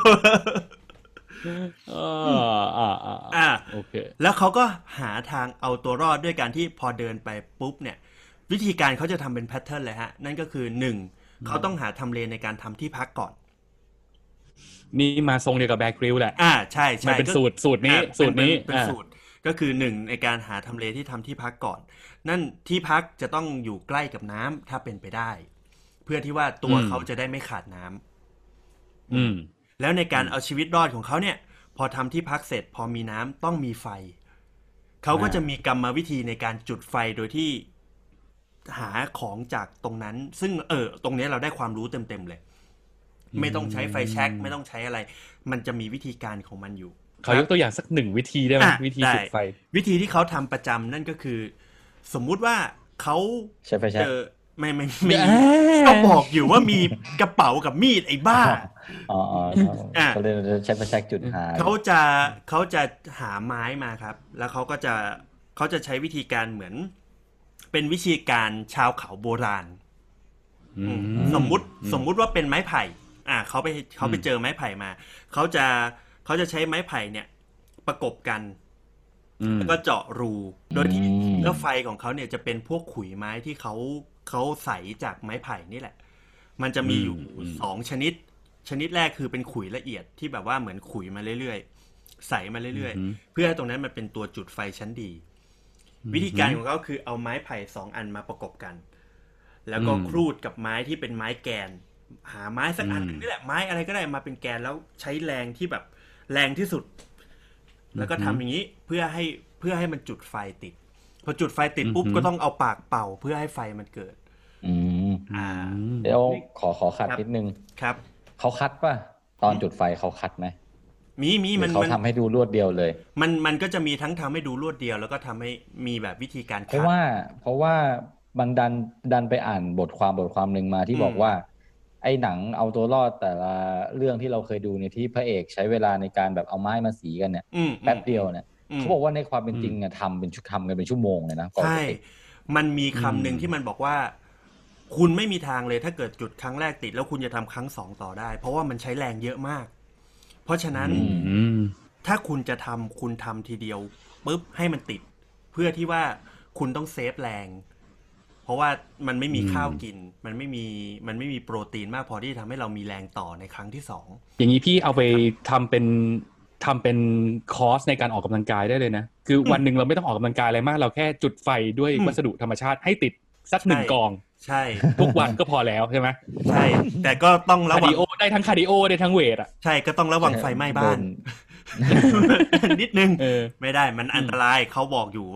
โอเคแล้วเขาก็หาทางเอาตัวรอดด้วยการที่พอเดินไปปุ๊บเนี่ยวิธีการเขาจะทำเป็นแพทเทิร์นเลยฮะนั่นก็คือ1เขาต้องหาทำเลในการทำที่พักก่อนนี่มาทรงเดียวกับแบร์กริลแหละใช่มันเป็นสูตรนี้เป็นสูตรก็คือ1ในการหาทำเลที่ทำที่พักก่อนนั่นที่พักจะต้องอยู่ใกล้กับน้ำถ้าเป็นไปได้เพื่อที่ว่าตัวเขาจะได้ไม่ขาดน้ำแล้วในการเอาชีวิตรอดของเขาเนี่ยพอทำที่พักเสร็จพอมีน้ำต้องมีไฟเขาก็จะมีกรรมวิธีในการจุดไฟโดยที่หาของจากตรงนั้นซึ่งตรงนี้เราได้ความรู้เต็มๆเลยไม่ต้องใช้ไฟแช็กไม่ต้องใช้อะไรมันจะมีวิธีการของมันอยู่เขายกตัวอย่างสัก1วิธีได้ไหมวิธีจุดไฟวิธีที่เขาทำประจำนั่นก็คือสมมุติว่าเขาใช้ไฟแช็กไม่ก็บอกอยู่ว่ามีกระเป๋ากับมีดไอ้บ้าเขาเลยใช้ไฟแช็กจุดหาเขาจะหาไม้มาครับแล้วเขาจะใช้วิธีการเหมือนเป็นวิธีการชาวเขาโบราณสมมุติว่าเป็นไม้ไผ่เขาไปเจอไม้ไผ่มาเขาจะใช้ไม้ไผ่เนี่ยประกบกันแล้วก็เจาะรูโดยที่แล้วไฟของเขาเนี่ยจะเป็นพวกขุยไม้ที่เขาใสจากไม้ไผ่นี่แหละมันจะมีอยู่2ชนิดแรกคือเป็นขุยละเอียดที่แบบว่าเหมือนขุยมาเรื่อยๆใสมาเรื่อยๆเพื่อให้ตรงนั้นมันเป็นตัวจุดไฟชั้นดีวิธีการของเขาคือเอาไม้ไผ่2อันมาประกบกันแล้วก็ครูดกับไม้ที่เป็นไม้แกนหาไม้สักอันนึงนี่แหละไม้อะไรก็ได้มาเป็นแกนแล้วใช้แรงที่แบบแรงที่สุดแล้วก็ทำอย่างนี้เพื่อให้มันจุดไฟติดพอจุดไฟติดปุ๊บก็ต้องเอาปากเป่าเพื่อให้ไฟมันเกิดเดี๋ยวขอคัดนิดนึงครับเขาคัดป่ะตอนจุดไฟเขาคัดไหมมีมันเขาทำให้ดูรวดเดียวเลยมันก็จะมีทั้งทำให้ดูรวดเดียวแล้วก็ทำให้มีแบบวิธีการคัดเพราะว่าบางดันไปอ่านบทความนึงมาที่บอกว่าไอ้หนังเอาตัวรอดแต่ละเรื่องที่เราเคยดูเนี่ยที่พระเอกใช้เวลาในการแบบเอาไม้มาสีกันเนี่ยแป๊บเดียวเนี่ยเขาบอกว่าในความเป็นจริงเนี่ยทำกันเป็นชั่วโมงเลยนะใช่มันมีคำหนึ่งที่มันบอกว่าคุณไม่มีทางเลยถ้าเกิดจุดครั้งแรกติดแล้วคุณจะทำครั้ง2ต่อได้เพราะว่ามันใช้แรงเยอะมากเพราะฉะนั้นถ้าคุณจะทำคุณทำทีเดียวปุ๊บให้มันติดเพื่อที่ว่าคุณต้องเซฟแรงเพราะว่ามันไม่มีข้าวกินมันไม่มีโปรตีนมากพอที่จะทำให้เรามีแรงต่อในครั้งที่2 อย่างนี้พี่เอาไปทำเป็นคอร์สในการออกกำลังกายได้เลยนะคือวันหนึ่งเราไม่ต้องออกกำลังกายอะไรมากเราแค่จุดไฟด้วยวัสดุธรรมชาติให้ติดสัก1กองใช่ทุกวันก็พอแล้วใช่ไหมใช่แต่ก็ต้องระวังคาร์ดิโอได้ทั้งคาร์ดิโอได้ทั้งเวทใช่ก็ต้องระวังไฟไหม้บ้านนิดนึงไม่ได้มันอันตรายเขาบอกอยู่ว่า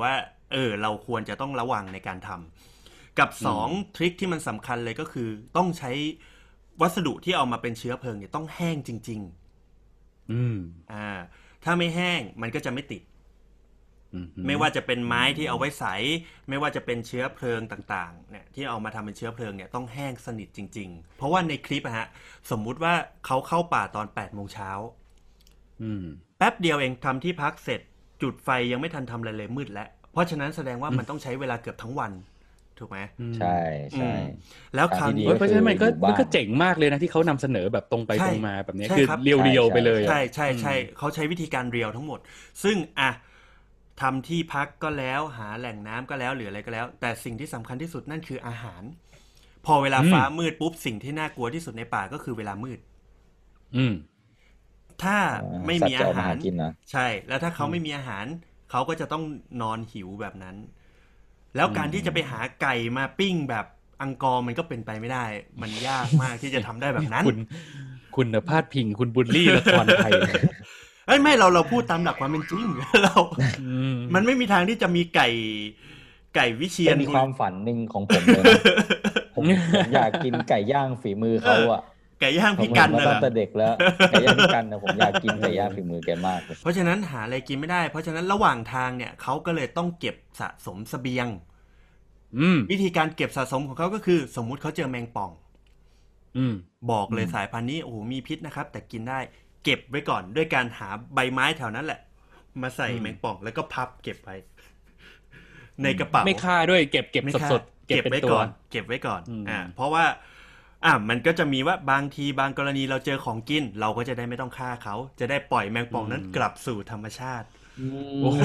เราควรจะต้องระวังในการทำกับ2ทริคที่มันสำคัญเลยก็คือต้องใช้วัสดุที่เอามาเป็นเชื้อเพลิงเนี่ยต้องแห้งจริงๆถ้าไม่แห้งมันก็จะไม่ติดไม่ว่าจะเป็นไม้ที่เอาไว้ใสไม่ว่าจะเป็นเชื้อเพลิงต่างๆเนี่ยที่เอามาทำเป็นเชื้อเพลิงเนี่ยต้องแห้งสนิทจริงๆเพราะว่าในคลิปสมมุติว่าเขาเข้าป่าตอน 8 โมงเช้าแป๊บเดียวเองทำที่พักเสร็จจุดไฟยังไม่ทันทำอะไรเลยมืดแล้วเพราะฉะนั้นแสดงว่ามันต้องใช้เวลาเกือบทั้งวันถูกไหมใช่ใช่แล้วคราวนี้เพราะฉะนั้นมันก็เจ๋งมากเลยนะที่เขานำเสนอแบบตรงไปตรงมาแบบนี้คือเรียวๆไปเลยใช่ใช่ใช่เขาใช้วิธีการเรียวทั้งหมดซึ่งทำที่พักก็แล้วหาแหล่งน้ำก็แล้วหรืออะไรก็แล้วแต่สิ่งที่สำคัญที่สุดนั่นคืออาหารพอเวลาฟ้ามืดปุ๊บสิ่งที่น่ากลัวที่สุดในป่าก็คือเวลามืดถ้าไม่มีอาหารใช่แล้วถ้าเขาไม่มีอาหารเขาก็จะต้องนอนหิวแบบนั้นแล้วการที่จะไปหาไก่มาปิ้งแบบอังกอร์มันก็เป็นไปไม่ได้มันยากมากที่จะทำได้แบบนั้นคุณพาดพิงคุณบุลลี่ละครไทยไม่เราพูดตามหลักความเป็นจริงมันไม่มีทางที่จะมีไก่วิเชียรเป็นความฝันหนึ่งของผมเลยนะผมอยากกินไก่ย่างฝีมือเขาไก่ย่างพี่กันนะตั้งแต่เด็กแล้วไก่ย่างพี่กันนะผมอยากกินไก่ย่างฝีมือแกมากเพราะฉะนั้นหาอะไรกินไม่ได้เพราะฉะนั้นระหว่างทางเนี่ยเขาก็เลยต้องเก็บสะสมเสบียงวิธีการเก็บสะสมของเขาก็คือสมมุติเขาเจอแมงป่องบอกเลยสายพันธุ์นี้โอ้โหมีพิษนะครับแต่กินได้เก็บไว้ก่อนด้วยการหาใบไม้แถวนั้นแหละมาใส่แมงป่องแล้วก็พับเก็บไว้ในกระเป๋าไม่ฆ่าด้วยเก็บสดเก็บไว้ก่อนเพราะว่ามันก็จะมีว่าบางทีบางกรณีเราเจอของกินเราก็จะได้ไม่ต้องฆ่าเขาจะได้ปล่อยแมงป่องนั้นกลับสู่ธรรมชาติโอ้โห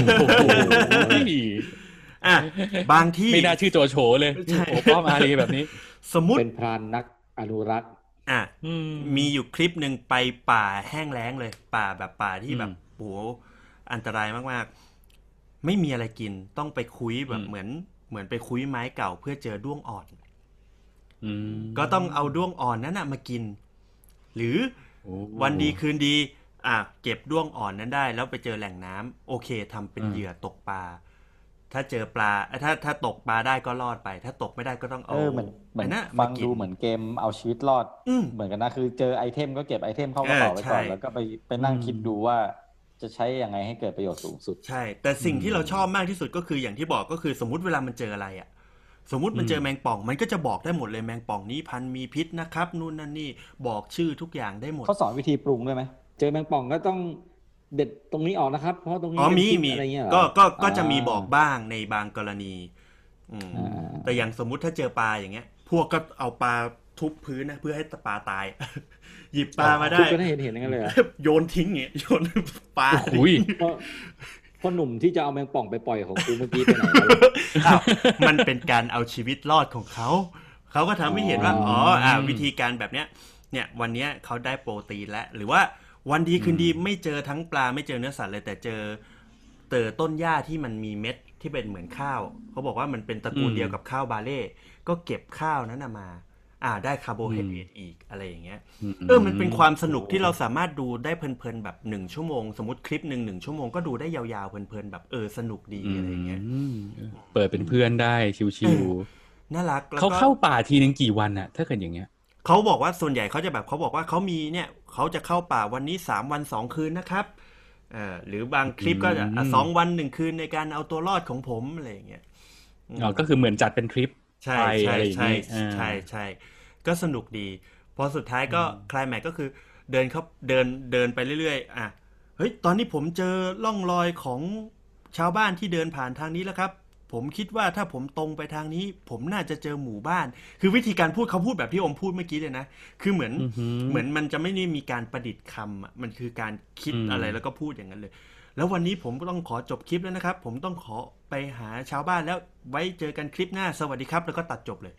บางที่ไม่น่าชื่อโจโฉเลยโอ้ป้อมอารีแบบนี้สมมุติเป็นพรานนักอนุรักษ์มีอยู่คลิปนึงไปป่าแห้งแล้งเลยป่าแบบป่าที่แบบโหอันตรายมากๆไม่มีอะไรกินต้องไปคุยแบบเหมือนไปคุยไม้เก่าเพื่อเจอด้วงอ่อนก็ต้องเอาด้วงอ่อนนั้นมากินหรือวันดีคืนดีเก็บด้วงอ่อนนั้นได้แล้วไปเจอแหล่งน้ำโอเคทำเป็นเหยื่อตกปลาถ้าเจอปลาถ้าตกปลาได้ก็รอดไปถ้าตกไม่ได้ก็ต้องเอาเหมือนฟังดูเหมือนเกมเอาชีวิตรอดเหมือนกันนะคือเจอไอเทมก็เก็บไอเทมเข้ากระเป๋าไว้ก่อนแล้วก็ไปนั่งคิดดูว่าจะใช้ยังไงให้เกิดประโยชน์สูงสุดใช่แต่สิ่งที่เราชอบมากที่สุดก็คืออย่างที่บอกก็คือสมมุติเวลามันเจออะไรสมมุติมันเจอแมงป่องมันก็จะบอกได้หมดเลยแมงป่องนี้พันมีพิษนะครับนู่นนั่นนี่บอกชื่อทุกอย่างได้หมดเขาสอนวิธีปรุงด้วยไหมเจอแมงป่องก็ต้องเด็ดตรงนี้ออกนะครับเพราะตรงนี้มีอะไรเงี้ยก็จะมีบอกบ้างในบางกรณีแต่อย่างสมมุติถ้าเจอปลาอย่างเงี้ยพวกก็เอาปลาทุบพื้นนะเพื่อให้ปลาตายหยิบปลามาได้ก็ได้เห็นอย่างนั้นเลยโยนทิ้งเงี้ยโยนปลาพ่อหนุ่มที่จะเอาแมงป่องไปปล่อยของกูเมื่อกี้ไปไหนมันเป็นการเอาชีวิตรอดของเขาก็ทำให้เห็นว่าวิธีการแบบเนี้ยเนี่ยวันนี้เขาได้โปรตีนแล้วหรือว่าวันดีคืนดีไม่เจอทั้งปลาไม่เจอเนื้อสัตว์เลยแต่เจอต้นหญ้าที่มันมีเม็ดที่เป็นเหมือนข้าวเขาบอกว่ามันเป็นตระกูลเดียวกับข้าวบาเล่ก็เก็บข้าวนั้นมาได้คาร์โบไฮเดรตอีกอะไรอย่างเงี้ยมันเป็นความสนุกที่เราสามารถดูได้เพลินๆแบบ1ชั่วโมงสมมติคลิปนึง1ชั่วโมงก็ดูได้ยาวๆเพลินๆแบบสนุกดีอะไรอย่างเงี้ยเปิดเป็นเพื่อนได้ชิวๆน่ารักเขาเข้าป่าทีนึงกี่วันน่ะถ้าเกิดอย่างเงี้ยเขาบอกว่าส่วนใหญ่เขาจะแบบเขาบอกว่าเขามีเนี่ยเขาจะเข้าป่าวันนี้3 วัน 2 คืนนะครับหรือบางคลิปก็จะ2 วัน 1 คืนในการเอาตัวรอดของผมอะไรอย่างเงี้ยก็คือเหมือนจัดเป็นทริปใช่ใช่ใช่ใช่ใช่ก็สนุกดีพอสุดท้ายก็ไคลแม็กซ์ก็คือเดินไปเรื่อยๆเฮ้ยตอนนี้ผมเจอร่องรอยของชาวบ้านที่เดินผ่านทางนี้แล้วครับผมคิดว่าถ้าผมตรงไปทางนี้ผมน่าจะเจอหมู่บ้านคือวิธีการพูดเขาพูดแบบที่อมพูดเมื่อกี้เลยนะคือเหมือนมันจะไม่ได้มีการประดิษฐ์คำมันคือการคิดอะไรแล้วก็พูดอย่างนั้นเลยแล้ววันนี้ผมก็ต้องขอจบคลิปแล้วนะครับผมต้องขอไปหาชาวบ้านแล้วไว้เจอกันคลิปหน้าสวัสดีครับแล้วก็ตัดจบเลย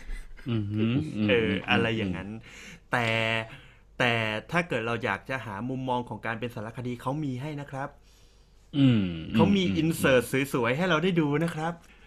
อะไรอย่างนั้นแต่ถ้าเกิดเราอยากจะหามุมมองของการเป็นสารคดีเขามีให้นะครับเขามีอินเสิร์ตสวยๆให้เราได้ดูนะครับ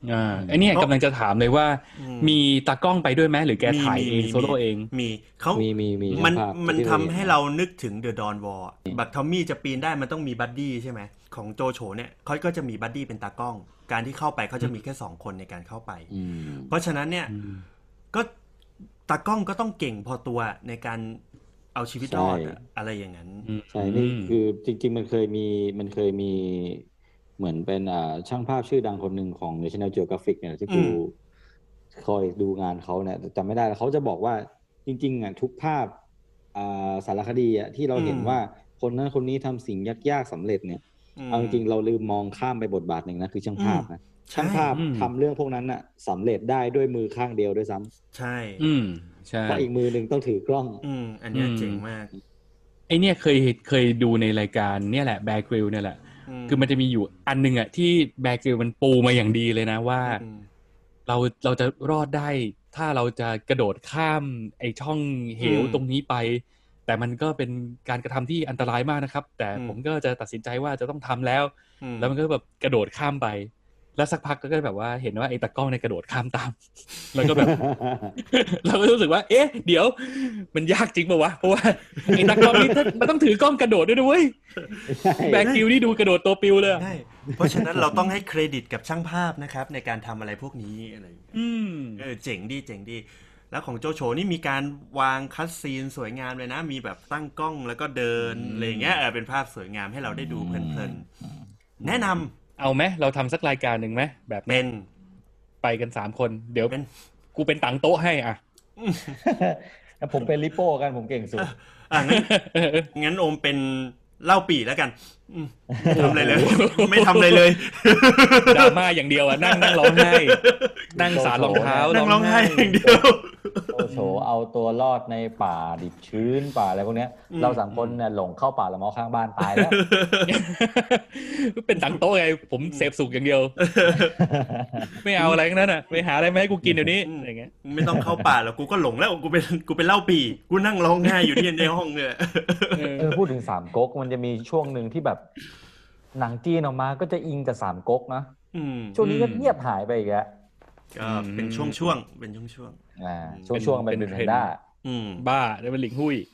ไอ้นี่กำลังจะถามเลยว่ามีตากล้องไปด้วยไหมหรือแกถ่ายเองโซโล่เองมีเขามีมันทำให้เรานึกถึง The Dawn Wall บักทอมมี่จะปีนได้มันต้องมีบัดดี้ใช่ไหมของโจโฉเนี่ยเขาก็จะมีบัดดี้เป็นตากล้องการที่เข้าไปเขาจะมีแค่2คนในการเข้าไปเพราะฉะนั้นเนี่ยก็ตากล้องก็ต้องเก่งพอตัวในการเอาชีวิตรอดอะไรอย่างนั้นใช่นี่คือจริงๆมันเคยมีเหมือนเป็นช่างภาพชื่อดังคนหนึ่งของ National Geographic เนี่ยที่กูคอยดูงานเขาเนี่ยจำไม่ได้แล้วเขาจะบอกว่าจริงๆทุกภาพสารคดีที่เราเห็นว่าคนนั้นคนนี้ทำสิ่งยากๆสำเร็จเนี่ยเอาจริงๆเราลืมมองข้ามไปบทบาทหนึ่งนะคือช่างภาพนะช่างภาพทำเรื่องพวกนั้นสำเร็จได้ด้วยมือข้างเดียวด้วยซ้ำใช่ใช่เพราะอีกมือหนึ่งต้องถือกล้องอันนี้เจ๋งมากไอเนี่ยเคยดูในรายการเนี่ยแหละแบร์กริลเนี่ยแหละคือมันจะมีอยู่อันนึงที่แบร์กริลมันปูมาอย่างดีเลยนะว่าเราจะรอดได้ถ้าเราจะกระโดดข้ามไอช่องเหวตรงนี้ไปแต่มันก็เป็นการกระทำที่อันตรายมากนะครับแต่ผมก็จะตัดสินใจว่าจะต้องทำแล้วมันก็แบบกระโดดข้ามไปแล้วสักพักก็แบบว่าเห็นว่าไอ้ตากล้องในกระโดดข้ามตามแล้วก็แบบ เราก็รู้สึกว่าเอ๊ะเดี๋ยวมันยากจริงป่าววะเพราะว่าไอ้ตากล้องนี่มันต้องถือกล้องกระโดดด้วยนะเว้ยแบกิวนี่ดูกระโดดตัวปิวเลยใช่เพราะฉะนั้นเราต้องให้เครดิตกับช่างภาพนะครับในการทำอะไรพวกนี้อะไรเจ๋งดีแล้วของโจโฉนี่มีการวางคัตซีนสวยงามเลยนะมีแบบตั้งกล้องแล้วก็เดินอะไรอย่างเงี้ยเป็นภาพสวยงามให้เราได้ดูเพลินๆแนะนำเอาไหมเราทำสักรายการหนึ่งไหมแบบเป็นไปกัน3คนเดี๋ยวกูเป็นตังโต๊ะให้ผมเป็นลิโป้กันผมเก่งสุดงั้นโอมเป็นเล่าปี่แล้วกันทำอะไรเลยไม่ทำอะไรเลยดราม่าอย่างเดียวนั่งร้องไห้นั่งสารรองเท้านั่งร้องไห้อย่างเดียวโจโฉเอาตัวรอดในป่าดิบชื้นป่าอะไรพวกนี้เรา3คนเนี่ยหลงเข้าป่าละเมาะข้างบ้านตายแล้วเป็นตังโต๊ะไงผมเสพสุกอย่างเดียวไม่เอาอะไรทั้งนั้นไปหาอะไรมาให้กูกินเดี๋ยวนี้อย่างเงี้ยไม่ต้องเข้าป่าแล้วกูก็หลงแล้วกูเป็นเล่าปี่กูนั่งร้องไห้อยู่ที่ในห้องเนี่ยพูดถึง3ก๊กมันจะมีช่วงนึงที่แบบหนังจีนออกมาก็จะอิงกับ3ก๊กนะช่วงนี้ก็เงียบหายไปอีกแล้วก็เป็นช่วงเป็นช่วงช่วงเป็นแพนด้าบ้าได้เป็นหลิงหุ้ย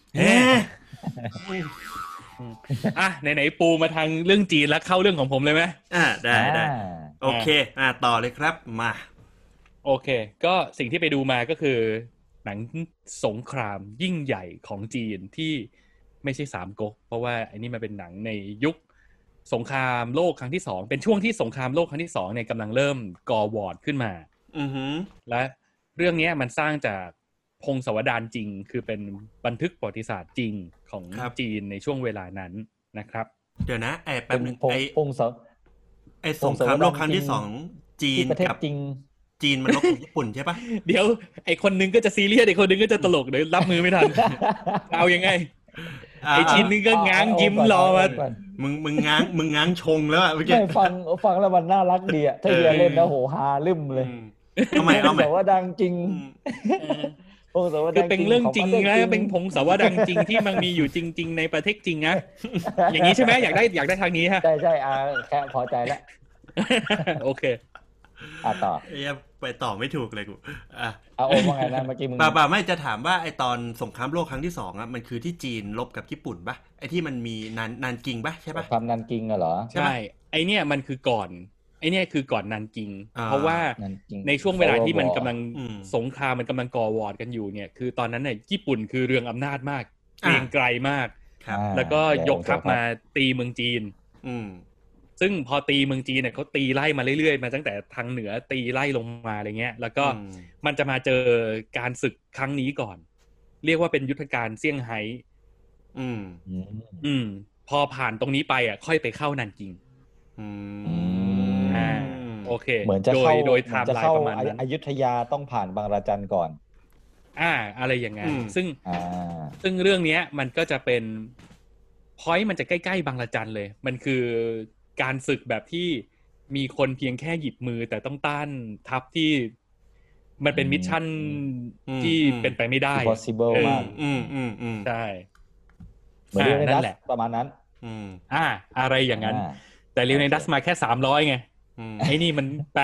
ไหนปูมาทางเรื่องจีนแล้วเข้าเรื่องของผมเลยไหมได้โอเคต่อเลยครับมาโอเคก็สิ่งที่ไปดูมาก็คือหนังสงครามยิ่งใหญ่ของจีนที่ไม่ใช่3ก๊กเพราะว่าอันนี้มันเป็นหนังในยุคสงครามโลกครั้งที่2เป็นช่วงที่สงครามโลกครั้งที่2เนี่ยกำลังเริ่มก่อวอร์ขึ้นมาและเรื่องนี้มันสร้างจากพงศาวดารจริงคือเป็นบันทึกประวัติศาสตร์จริงของจีนในช่วงเวลานั้นนะครับเดี๋ยวนะแป๊บนึงสงครามโลกครั้งที่2จีนกับจีนมันลบกับญี่ปุ่นใช่ปะเดี๋ยวไอคนนึงก็จะซีเรียสไอคนนึงก็จะตลกเดี๋ยวรับมือไม่ทันเอายังไงไอจีนนึงก็ง้างยิ้มรอมามึงง้างชงแล้วเมื่อกี้ฟังแล้วมันน่ารักดีถ้าเฮียเล่นแล้วโหฮาลืมเลยทำไมแต่ว่าดังจริงคือเป็นเรื่องจริงนะเป็นพงศาวดารจริงที่มันมีอยู่จริงๆในประเทศจริงนะอย่างนี้ใช่ไหมอยากได้ทางนี้ฮะใช่แค่พอใจแล้วโอเคต่อไปต่อไม่ถูกเลยกูโอ้ว่าไงนะเมื่อกี้มึงป่าไม่จะถามว่าไอตอนสงครามโลกครั้งที่2มันคือที่จีนลบกับญี่ปุ่นปะไอที่มันมีนานกิงปะใช่ปะทำนานกิงเหรอใช่ไอเนี่ยมันคือก่อนไอเนี่ยคือก่อนนานกิงเพราะว่าในช่วงเวลาที่มันกำลังสงครามมันกำลังก่อวอร์กันอยู่เนี่ยคือตอนนั้นเนี่ยญี่ปุ่นคือเรืองอำนาจมากเกรียงไกรมากแล้วก็ยกทัพมาตีเมืองจีนซึ่งพอตีเมืองจีนเนี่ยเขาตีไล่มาเรื่อยๆมาตั้งแต่ทางเหนือตีไล่ลงมาอะไรเงี้ยแล้วก็มันจะมาเจอการศึกครั้งนี้ก่อนเรียกว่าเป็นยุทธการเซี่ยงไฮ้พอผ่านตรงนี้ไปค่อยไปเข้านันกิงโอเคเหมือนจะเข้าโดยไทม์ไลน์ประมาณนั้นอยุธยาต้องผ่านบางระจันก่อนอะไรอย่างงั้นซึ่งเรื่องนี้มันก็จะเป็นพอยต์มันจะใกล้ๆบางระจันเลยมันคือการศึกแบบที่มีคนเพียงแค่หยิบมือแต่ต้องต้านทัพที่มันเป็นมิชชั่นที่เป็นไปไม่ได้ impossible มากใช่เหมือนนั่นแหละประมาณนั้นอะไรอย่างนั้นแต่เรียวในดัสมาแค่300ไงไอ้นี่มัน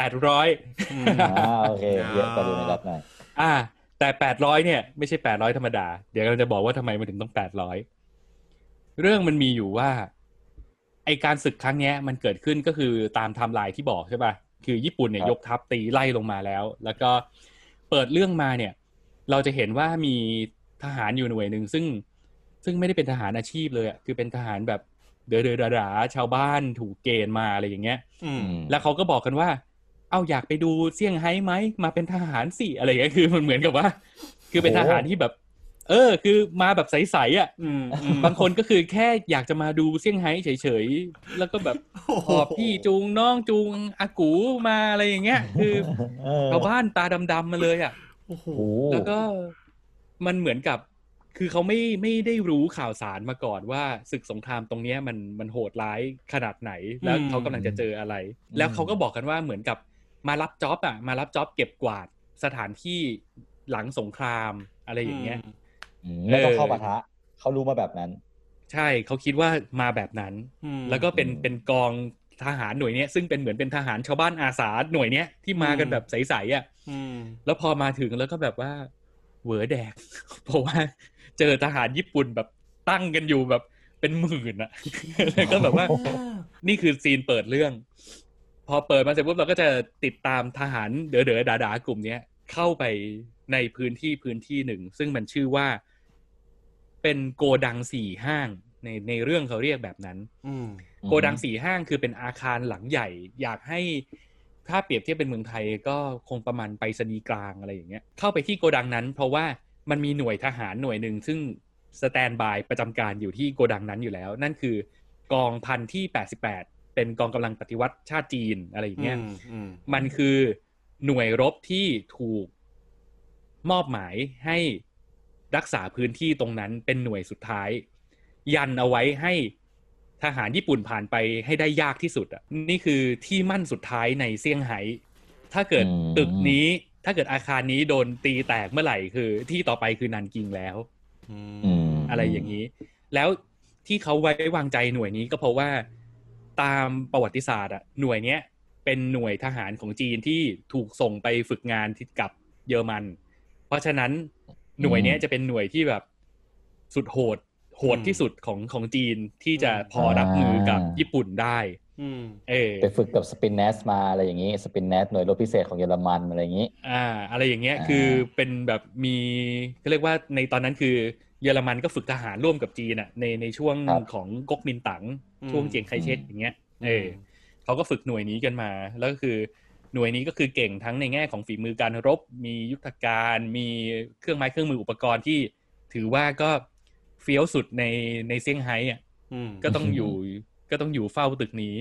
800 โอเคเยอะกว่าดูในรัฐหน่อยแต่800เนี่ยไม่ใช่800ธรรมดาเดี๋ยวเราจะบอกว่าทำไมมันถึงต้อง800เรื่องมันมีอยู่ว่าไอการศึกครั้งนี้มันเกิดขึ้นก็คือตามไทม์ไลน์ที่บอกใช่ป่ะคือญี่ปุ่นเนี่ยยกทัพตีไล่ลงมาแล้วก็เปิดเรื่องมาเนี่ยเราจะเห็นว่ามีทหารอยู่หน่วยนึงซึ่งไม่ได้เป็นทหารอาชีพเลยคือเป็นทหารแบบเดือดดาชาวบ้านถูกเกณฑ์มาอะไรอย่างเงี้ยแล้วเขาก็บอกกันว่าอยากไปดูเซี่ยงไฮ้ไหมมาเป็นทหารสิอะไรอย่างเงี้ยคือมันเหมือนกับว่าคือเป็นทหารที่แบบคือมาแบบใสๆบางคนก็คือแค่อยากจะมาดูเซี่ยงไฮ้เฉยๆแล้วก็แบบหอบพี่จูงน้องจูงอากูมาอะไรอย่างเงี้ยคือชาวบ้านตาดำๆมาเลยแล้วก็มันเหมือนกับคือเขาไม่ได้รู้ข่าวสารมาก่อนว่าศึกสงครามตรงนี้มันโหดร้ายขนาดไหนแล้วเขากำลังจะเจออะไรแล้วเขาก็บอกกันว่าเหมือนกับมารับจ็อบเก็บกวาดสถานที่หลังสงครามอะไรอย่างเงี้ยไม่ต้องเข้าปะทะเขารู้มาแบบนั้นใช่เขาคิดว่ามาแบบนั้นแล้วก็เป็นกองทหารหน่วยนี้ซึ่งเป็นเหมือนเป็นทหารชาวบ้านอาสาหน่วยเนี้ยที่มากันแบบใสๆแล้วพอมาถึงแล้วก็แบบว่าเหวอแดกเพราะว่าเจอทหารญี่ปุ่นแบบตั้งกันอยู่แบบเป็นหมื่นแล้วก็แบบว่านี่คือซีนเปิดเรื่องพอเปิดมาเสร็จปุ๊บเราก็จะติดตามทหารเด๋อๆด่าๆกลุ่มนี้เข้าไปในพื้นที่หนึ่งซึ่งมันชื่อว่าเป็นโกดัง4ห้างในเรื่องเขาเรียกแบบนั้นโกดัง4ห้างคือเป็นอาคารหลังใหญ่อยากให้ถ้าเปรียบเทียบเป็นเมืองไทยก็คงประมาณไปรษณีย์กลางอะไรอย่างเงี้ยเข้าไปที่โกดังนั้นเพราะว่ามันมีหน่วยทหารหน่วยนึงซึ่งสแตนบายประจำการอยู่ที่โกดังนั้นอยู่แล้วนั่นคือกองพันที่88เป็นกองกำลังปฏิวัติชาติจีนอะไรอย่างเงี้ยมันคือหน่วยรบที่ถูกมอบหมายให้รักษาพื้นที่ตรงนั้นเป็นหน่วยสุดท้ายยันเอาไว้ให้ทหารญี่ปุ่นผ่านไปให้ได้ยากที่สุดนี่คือที่มั่นสุดท้ายในเซี่ยงไฮ้ถ้าเกิดตึกนี้ถ้าเกิดอาคารนี้โดนตีแตกเมื่อไหร่คือที่ต่อไปคือนันกิงแล้วอะไรอย่างนี้แล้วที่เขาไว้วางใจหน่วยนี้ก็เพราะว่าตามประวัติศาสตร์หน่วยนี้เป็นหน่วยทหารของจีนที่ถูกส่งไปฝึกงานที่กับเยอรมันเพราะฉะนั้นหน่วยนี้จะเป็นหน่วยที่แบบสุดโหดที่สุดของจีนที่จะพอรับมือกับญี่ปุ่นได้ไปฝึกกับสปินเนสมาอะไรอย่างนี้สปินเนสหน่วยรบพิเศษของเยอรมันอะไรอย่างนี้อะไรอย่างเงี้ยคือเป็นแบบมีเขาเรียกว่าในตอนนั้นคือเยอรมันก็ฝึกทหารร่วมกับจีนในช่วงของก๊กมินตั๋งช่วงเจียงไคเชกอย่างเงี้ยเขาก็ฝึกหน่วยนี้กันมาแล้วก็คือหน่วยนี้ก็คือเก่งทั้งในแง่ของฝีมือการรบมียุทธการมีเครื่องไม้เครื่องมืออุปกรณ์ที่ถือว่าก็เฟี้ยวสุดในเซี่ยงไฮ้ก็ต้องอยู่เฝ้าตึกนี้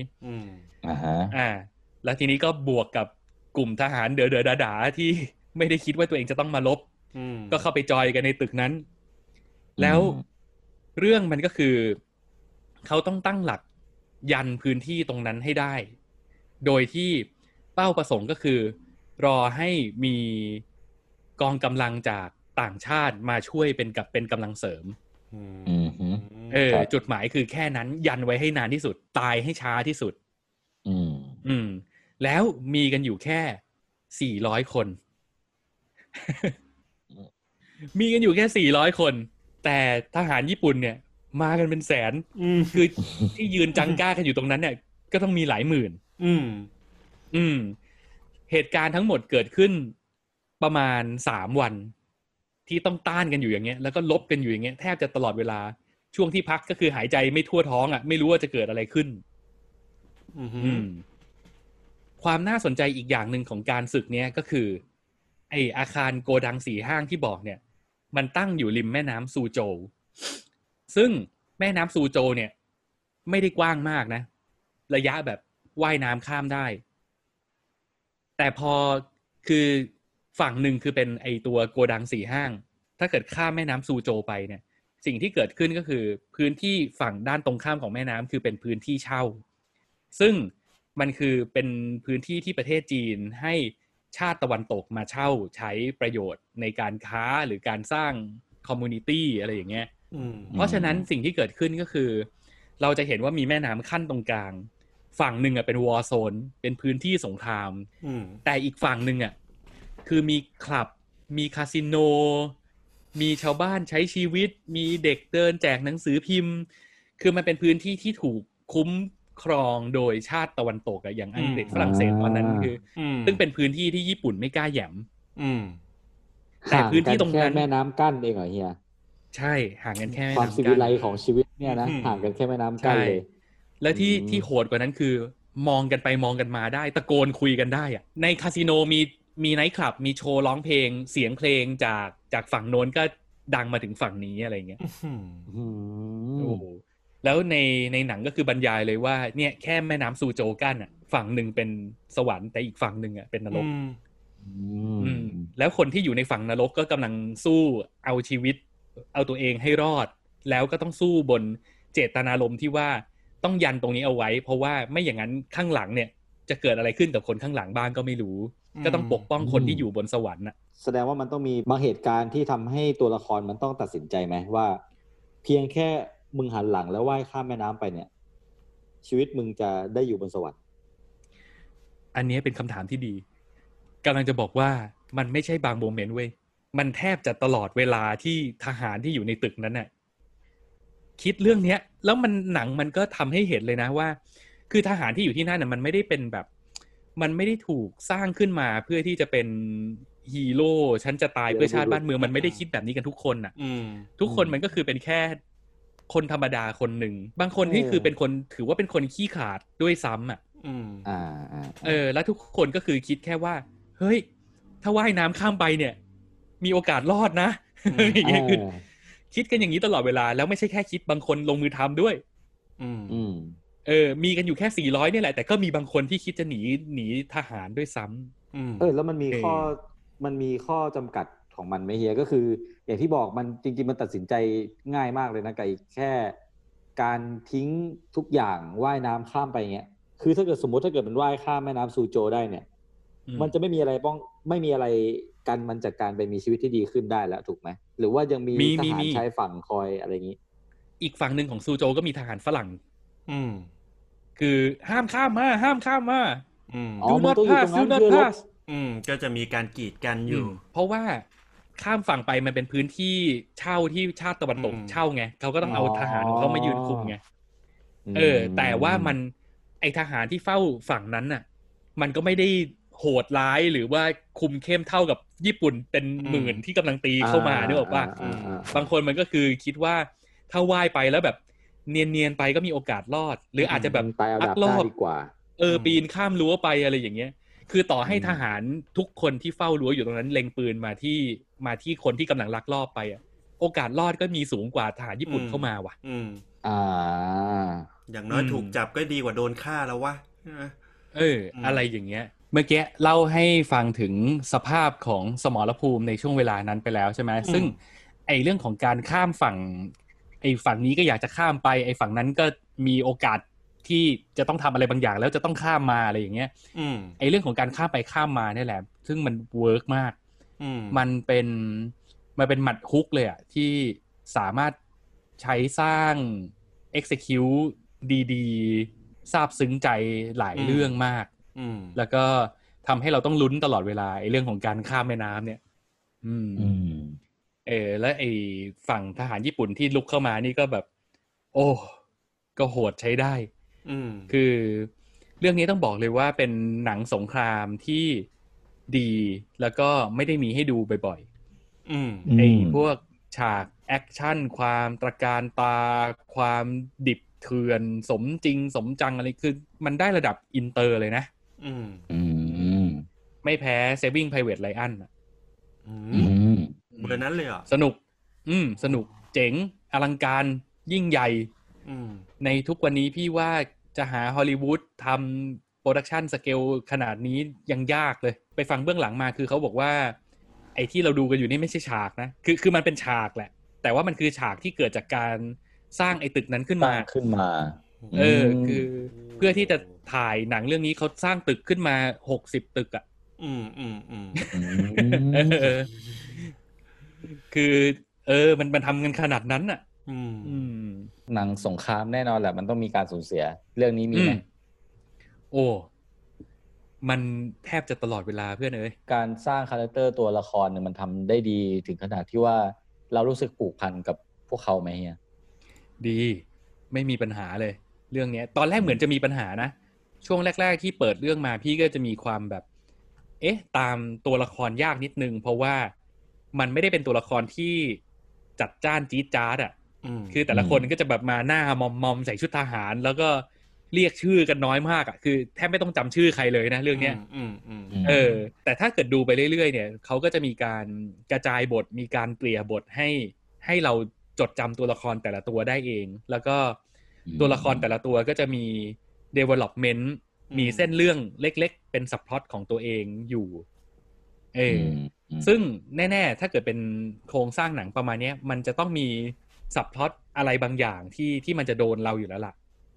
แล้วทีนี้ก็บวกกับกลุ่มทหารเด๋อๆด่าๆที่ไม่ได้คิดว่าตัวเองจะต้องมาลบก็เข้าไปจอยกันในตึกนั้นแล้วเรื่องมันก็คือเขาต้องตั้งหลักยันพื้นที่ตรงนั้นให้ได้โดยที่เป้าประสงค์ก็คือรอให้มีกองกำลังจากต่างชาติมาช่วยเป็นกำลังเสริมจุดหมายคือแค่นั้นยันไว้ให้นานที่สุดตายให้ช้าที่สุดแล้วมีกันอยู่แค่400คนมีกันอยู่แค่400คนแต่ทหารญี่ปุ่นเนี่ยมากันเป็นแสนคือที่ยืนจังก้ากันอยู่ตรงนั้นเนี่ยก็ต้องมีหลายหมื่นเหตุการณ์ทั้งหมดเกิดขึ้นประมาณ3วันที่ต้องต้านกันอยู่อย่างเงี้ยแล้วก็ลบกันอยู่อย่างเงี้ยแทบจะตลอดเวลาช่วงที่พักก็คือหายใจไม่ทั่วท้องไม่รู้ว่าจะเกิดอะไรขึ้นความน่าสนใจอีกอย่างหนึ่งของการศึกเนี้ยก็คือไออาคารโกดัง4ห้างที่บอกเนี่ยมันตั้งอยู่ริมแม่น้ำซูโจวซึ่งแม่น้ำซูโจวเนี่ยไม่ได้กว้างมากนะระยะแบบว่ายน้ำข้ามได้แต่พอคือฝั่งหนึ่งคือเป็นไอตัวโกดัง4ห้างถ้าเกิดข้ามแม่น้ำซูโจวไปเนี่ยสิ่งที่เกิดขึ้นก็คือพื้นที่ฝั่งด้านตรงข้ามของแม่น้ำคือเป็นพื้นที่เช่าซึ่งมันคือเป็นพื้นที่ที่ประเทศจีนให้ชาติตะวันตกมาเช่าใช้ประโยชน์ในการค้าหรือการสร้างคอมมูนิตี้อะไรอย่างเงี้ยเพราะฉะนั้นสิ่งที่เกิดขึ้นก็คือเราจะเห็นว่ามีแม่น้ำขั้นตรงกลางฝั่งหนึ่งอ่ะเป็นวอร์โซนเป็นพื้นที่สงครามแต่อีกฝั่งหนึ่งอ่ะคือมีคลับมีคาสิโนมีชาวบ้านใช้ชีวิตมีเด็กเดินแจกหนังสือพิมพ์คือมันเป็นพื้นที่ที่ถูกคุ้มครองโดยชาติตะวันตกอะอย่างอังกฤษฝรั่งเศสตอนนั้นคือซึ่งเป็นพื้นที่ที่ญี่ปุ่นไม่กล้าแหย่มแต่พื้นที่ตรงนั้นแค่แม่น้ำกั้นเองเหรอเฮียใช่ห่างกันแค่แม่ความน้ำสิวิไลของชีวิตเนี่ยนะห่างกันแค่แม่น้ำกั้นเลยและที่โหดกว่านั้นคือมองกันไปมองกันมาได้ตะโกนคุยกันได้อะในคาสิโนมีไนท์คลับมีโชว์ร้องเพลงเสียงเพลงจากฝั่งโน้นก็ดังมาถึงฝั่งนี้อะไรเงี้ยโอ้แล้วในหนังก็คือบรรยายเลยว่าเนี่ยแค่แม่น้ำซูโจกั้นอ่ะฝั่งหนึ่งเป็นสวรรค์แต่อีกฝั่งหนึ่งอ่ะเป็นนรกแล้วคนที่อยู่ในฝั่งนรกก็กำลังสู้เอาชีวิตเอาตัวเองให้รอดแล้วก็ต้องสู้บนเจตนารมณ์ที่ว่าต้องยันตรงนี้เอาไว้เพราะว่าไม่อย่างนั้นข้างหลังเนี่ยจะเกิดอะไรขึ้นกับคนข้างหลังบ้างก็ไม่รู้ก็ต้องปกป้องคนที่อยู่บนสวรรค์น่ะแสดงว่ามันต้องมีบางเหตุการณ์ที่ทำให้ตัวละครมันต้องตัดสินใจไหมว่าเพียงแค่มึงหันหลังแล้วว่ายข้ามแม่น้ำไปเนี่ยชีวิตมึงจะได้อยู่บนสวรรค์อันนี้เป็นคำถามที่ดีกำลังจะบอกว่ามันไม่ใช่บางโมเมนต์เว้ยมันแทบจะตลอดเวลาที่ทหารที่อยู่ในตึกนั้นน่ะคิดเรื่องนี้แล้วหนังมันก็ทำให้เห็นเลยนะว่าคือทหารที่อยู่ที่นั่นน่ะมันไม่ได้เป็นแบบมันไม่ได้ถูกสร้างขึ้นมาเพื่อที่จะเป็นฮีโร่ฉันจะตายเพื่อชาติบ้านเมืองมันไม่ได้คิดแบบนี้กันทุกคนน่ะทุกคนมันก็คือเป็นแค่คนธรรมดาคนหนึ่งบางคนที่คือเป็นคนถือว่าเป็นคนขี้ขลาดด้วยซ้ำอ่ะแล้วทุกคนก็คือคิดแค่ว่าเฮ้ยถ้าว่ายน้ำข้ามไปเนี่ยมีโอกาสรอดนะอย่างเงี้ยคือคิดกันอย่างนี้ตลอดเวลาแล้วไม่ใช่แค่คิดบางคนลงมือทำด้วยมีกันอยู่แค่400เนี่ยแหละแต่ก็มีบางคนที่คิดจะหนีทหารด้วยซ้ำแล้วมันมีข้อจำกัดของมันไหมเฮียก็คืออย่างที่บอกมันจริงๆมันตัดสินใจง่ายมากเลยนะกับแค่การทิ้งทุกอย่างว่ายน้ำข้ามไปเงี้ยคือถ้าเกิดสมมติถ้าเกิดมันว่ายข้ามแม่น้ำซูโจได้เนี่ยมันจะไม่มีอะไรกันมันจากการไปมีชีวิตที่ดีขึ้นได้แล้วถูกไหมหรือว่ายังมีทหารชายฝั่งคอยอะไรอย่างนี้อีกฝั่งหนึ่งของซูโจก็มีทหารฝรั่งคือห้ามข้ามมา do not pass do not pass ก็จะมีการกีดกันอยู่เพราะว่าข้ามฝั่งไปมันเป็นพื้นที่เช่าที่ชาติตะวันตกเช่าไงเขาก็ต้องเอาทหารของเขามายืนคุมไงแต่ว่ามันไอทหารที่เฝ้าฝั่งนั้นน่ะมันก็ไม่ได้โหดร้ายหรือว่าคุมเข้มเท่ากับญี่ปุ่นเป็นหมื่นที่กำลังตีเข้ามานึกออกป่ะบางคนมันก็คือคิดว่าถ้าว่ายไปแล้วแบบเนียนๆไปก็มีโอกาสรอดหรืออาจจะแบบลักลอบดีกว่าปีนข้ามรั้วไปอะไรอย่างเงี้ยคือต่อให้ทหารทุกคนที่เฝ้ารั้วอยู่ตรงนั้นเล็งปืนมาที่คนที่กำลังลักลอบไปอ่ะโอกาสรอดก็มีสูงกว่าทหารญี่ปุ่นเข้ามาว่ะอย่างน้อยถูกจับก็ดีกว่าโดนฆ่าแล้ววะอะไรอย่างเงี้ยเมื่อกี้เล่าให้ฟังถึงสภาพของสมรภูมิในช่วงเวลานั้นไปแล้วใช่ไหมซึ่งไอ้เรื่องของการข้ามฝั่งไอ้ฝั่งนี้ก็อยากจะข้ามไปไอ้ฝั่งนั้นก็มีโอกาสที่จะต้องทำอะไรบางอย่างแล้วจะต้องข้ามมาอะไรอย่างเงี้ยไอ้เรื่องของการข้ามไปข้ามมาเนี่ยแหละซึ่งมันเวิร์กมากมันเป็นหมัดฮุกเลยอ่ะที่สามารถใช้สร้าง execute ดีๆซาบซึ้งใจหลายเรื่องมากแล้วก็ทำให้เราต้องลุ้นตลอดเวลาไอ้เรื่องของการข้ามแม่น้ำเนี่ยแล้วไอ้ฝั่งทหารญี่ปุ่นที่ลุกเข้ามานี่ก็แบบโอ้ก็โหดใช้ได้คือเรื่องนี้ต้องบอกเลยว่าเป็นหนังสงครามที่ดีแล้วก็ไม่ได้มีให้ดูบ่อยๆไอ้พวกฉากแอคชั่นความตระการตาความดิบเถื่อนสมจริงสมจังอะไรคือมันได้ระดับอินเตอร์เลยนะไม่แพ้ Saving Private Ryan เบอร์นั้นเลยเหรอสนุกเจ๋งอลังการยิ่งใหญ่ในทุกวันนี้พี่ว่าจะหาฮอลลีวูดทำโปรดักชันสเกลขนาดนี้ยังยากเลยไปฟังเบื้องหลังมาคือเขาบอกว่าไอ้ที่เราดูกันอยู่นี่ไม่ใช่ฉากนะคือมันเป็นฉากแหละแต่ว่ามันคือฉากที่เกิดจากการสร้างไอ้ตึกนั้นขึ้นมาคือเพื่อที่จะถ่ายหนังเรื่องนี้เขาสร้างตึกขึ้นมา60ตึกอ่ะคือมันทำกันขนาดนั้นอ่ะหนังสงครามแน่นอนแหละมันต้องมีการสูญเสียเรื่องนี้มีไหมโอ้มันแทบจะตลอดเวลาเพื่อนเอ้ยการสร้างคาแรคเตอร์ตัวละครเนี่ยมันทำได้ดีถึงขนาดที่ว่าเรารู้สึกผูกพันกับพวกเขาไหมเฮียดีไม่มีปัญหาเลยเรื่องนี้ตอนแรกเหมือนจะมีปัญหานะช่วงแรกๆที่เปิดเรื่องมาพี่ก็จะมีความแบบตามตัวละครยากนิดนึงเพราะว่ามันไม่ได้เป็นตัวละครที่จัดจ้านจี๊ดจ๊าดอ่ะคือแต่ละคนก็จะแบบมาหน้ามอมใส่ชุดทหารแล้วก็เรียกชื่อกันน้อยมากอ่ะคือแทบไม่ต้องจำชื่อใครเลยนะเรื่องเนี้ยแต่ถ้าเกิดดูไปเรื่อยๆเนี่ยเขาก็จะมีการกระจายบทมีการเกลี่ยบทให้เราจดจำตัวละครแต่ละตัวได้เองแล้วก็ตัวละครแต่ละตัวก็จะมี development มีเส้นเรื่องเล็กๆเป็นซับพล็อตของตัวเองอยู่ซึ่งแน่ๆถ้าเกิดเป็นโครงสร้างหนังประมาณนี้มันจะต้องมีซับพล็อตอะไรบางอย่างที่มันจะโดนเราอยู่แล้วล่ะ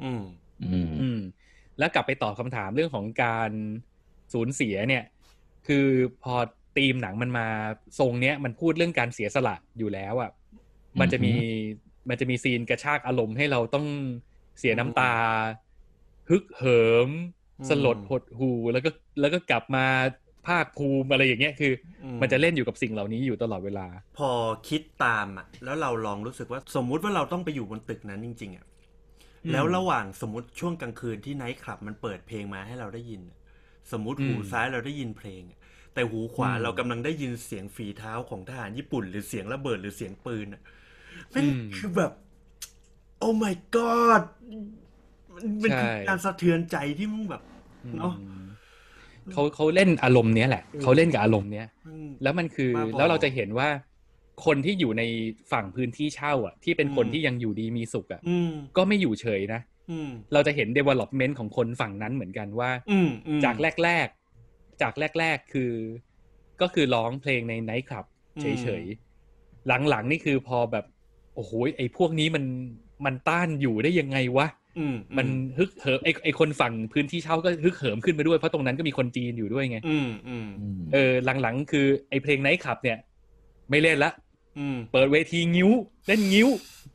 แล้วกลับไปตอบคำถามเรื่องของการสูญเสียเนี่ยคือพอธีมหนังมันมาทรงเนี้ยมันพูดเรื่องการเสียสละอยู่แล้วอ่ะมันจะมีซีนกระชากอารมณ์ให้เราต้องเสียน้ำตาฮึกเหิมสลดหดหู่แล้วก็กลับมาภาคภูมิอะไรอย่างเงี้ยคือมันจะเล่นอยู่กับสิ่งเหล่านี้อยู่ตลอดเวลาพอคิดตามอ่ะแล้วเราลองรู้สึกว่าสมมุติว่าเราต้องไปอยู่บนตึกนั้นจริงๆอ่ะแล้วระหว่างสมมติช่วงกลางคืนที่ไนท์คลับมันเปิดเพลงมาให้เราได้ยินสมมุติหูซ้ายเราได้ยินเพลงแต่หูขวาเรากำลังได้ยินเสียงฝีเท้าของทหารญี่ปุ่นหรือเสียงระเบิดหรือเสียงปืนอ่ะมันคือแบบโอ้ my god มันคือการสะเทือนใจที่มึงแบบเนาะเขาเล่นอารมณ์เนี้ยแหละเขาเล่นกับอารมณ์เนี้ยแล้วมันคือแล้วเราจะเห็นว่าคนที่อยู่ในฝั่งพื้นที่เช่าอ่ะที่เป็นคนที่ยังอยู่ดีมีสุขอ่ะก็ไม่อยู่เฉยนะเราจะเห็น development ของคนฝั่งนั้นเหมือนกันว่าจากแรกคือก็คือร้องเพลงในไนท์คลับเฉยๆหลังๆนี่คือพอแบบโอ้โหไอ้พวกนี้มันต้านอยู่ได้ยังไงวะมันฮึกเหิมไอคนฝั่งพื้นที่เช่าก็ฮึกเหิมขึ้นไปด้วยเพราะตรงนั้นก็มีคนจีนอยู่ด้วยไงหลังๆคือไอเพลงไนท์คลับเนี่ยไม่เล่นละเปิดเวทีงิ้วเล่นงิ้ว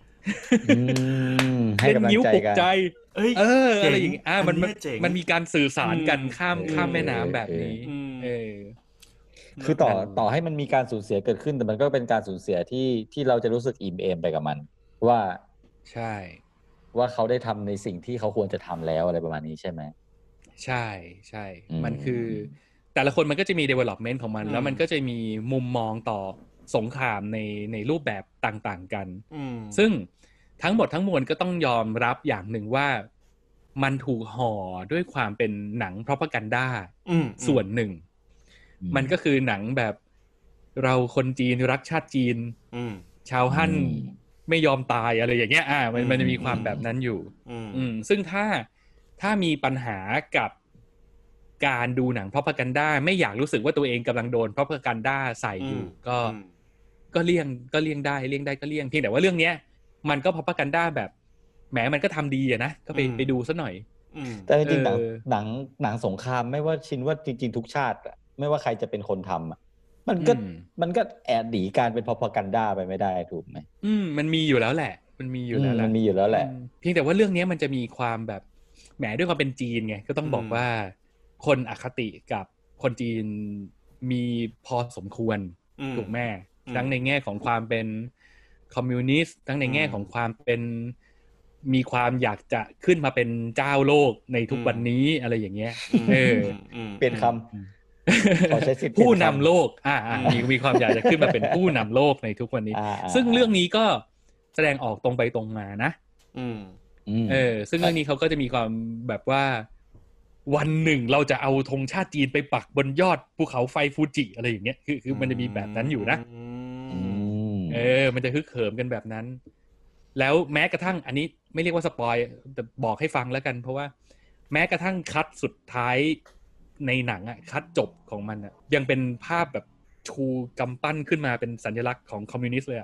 ให้กำลังใจกันอะไรอย่างงี้มันมีการสื่อสารกันข้ามแม่น้ำแบบนี้คือต่อให้มันมีการสูญเสียเกิดขึ้นแต่มันก็เป็นการสูญเสียที่เราจะรู้สึกอิ่มเอมไปกับมันว่าใช่ว่าเขาได้ทำในสิ่งที่เขาควรจะทำแล้วอะไรประมาณนี้ใช่ไหมใช่ใช่มันคือแต่ละคนมันก็จะมี development ของมันแล้วมันก็จะมีมุมมองต่อสงครามในรูปแบบต่างๆกันซึ่งทั้งหมดทั้งมวลก็ต้องยอมรับอย่างหนึ่งว่ามันถูกห่อด้วยความเป็นหนัง propaganda ส่วนหนึ่งมันก็คือหนังแบบเราคนจีนรักชาติจีนชาวฮั่นไม่ยอมตายอะไรอย่างเงี้ยมันจะมีความแบบนั้นอยู่ซึ่งถ้ามีปัญหากับการดูหนัง propaganda ไม่อยากรู้สึกว่าตัวเองกำลังโดน propaganda ใส่อยู่ก็เลี่ยงได้ก็เลี่ยงเพียงแต่ว่าเรื่องเนี้ยมันก็ propaganda แบบแหมมันก็ทำดีอะนะก็ไปดูซะหน่อยแต่จริงๆหนังสงครามไม่ว่าชินว่าจริงๆทุกชาติไม่ว่าใครจะเป็นคนทำมันก็แอบหนีการเป็น propaganda ไปไม่ได้ถูกไหมมันมีอยู่แล้วแหละมันมีอยู่แล้วแหละเพียงแต่ว่าเรื่องนี้มันจะมีความแบบแหมด้วยความเป็นจีนไงก็ต้องบอกว่าคนอคติกับคนจีนมีพอสมควรถูกแม่ทั้งในแง่ของความเป็นคอมมิวนิสต์ทั้งในแง่ของความเป็นมีความอยากจะขึ้นมาเป็นเจ้าโลกในทุกวันนี้อะไรอย่างเงี้ยเปลี่ยนคำขอใช้สิทธิ์ผู้นำโลกมีความอยากจะขึ้นมาเป็นผู้นำโลกในทุกวันนี้ซึ่งเรื่องนี้ก็แสดงออกตรงไปตรงมานะซึ่งเรื่องนี้เขาก็จะมีความแบบว่าวันหนึ่งเราจะเอาธงชาติจีนไปปักบนยอดภูเขาไฟฟูจิอะไรอย่างเงี้ยคือมันจะมีแบบนั้นอยู่นะมันจะฮึกเหิมกันแบบนั้นแล้วแม้กระทั่งอันนี้ไม่เรียกว่าสปอยแต่บอกให้ฟังแล้วกันเพราะว่าแม้กระทั่งคัทสุดท้ายในหนังคัทจบของมันยังเป็นภาพแบบชูกำปั้นขึ้นมาเป็นสัญลักษณ์ของคอมมิวนิสต์เลย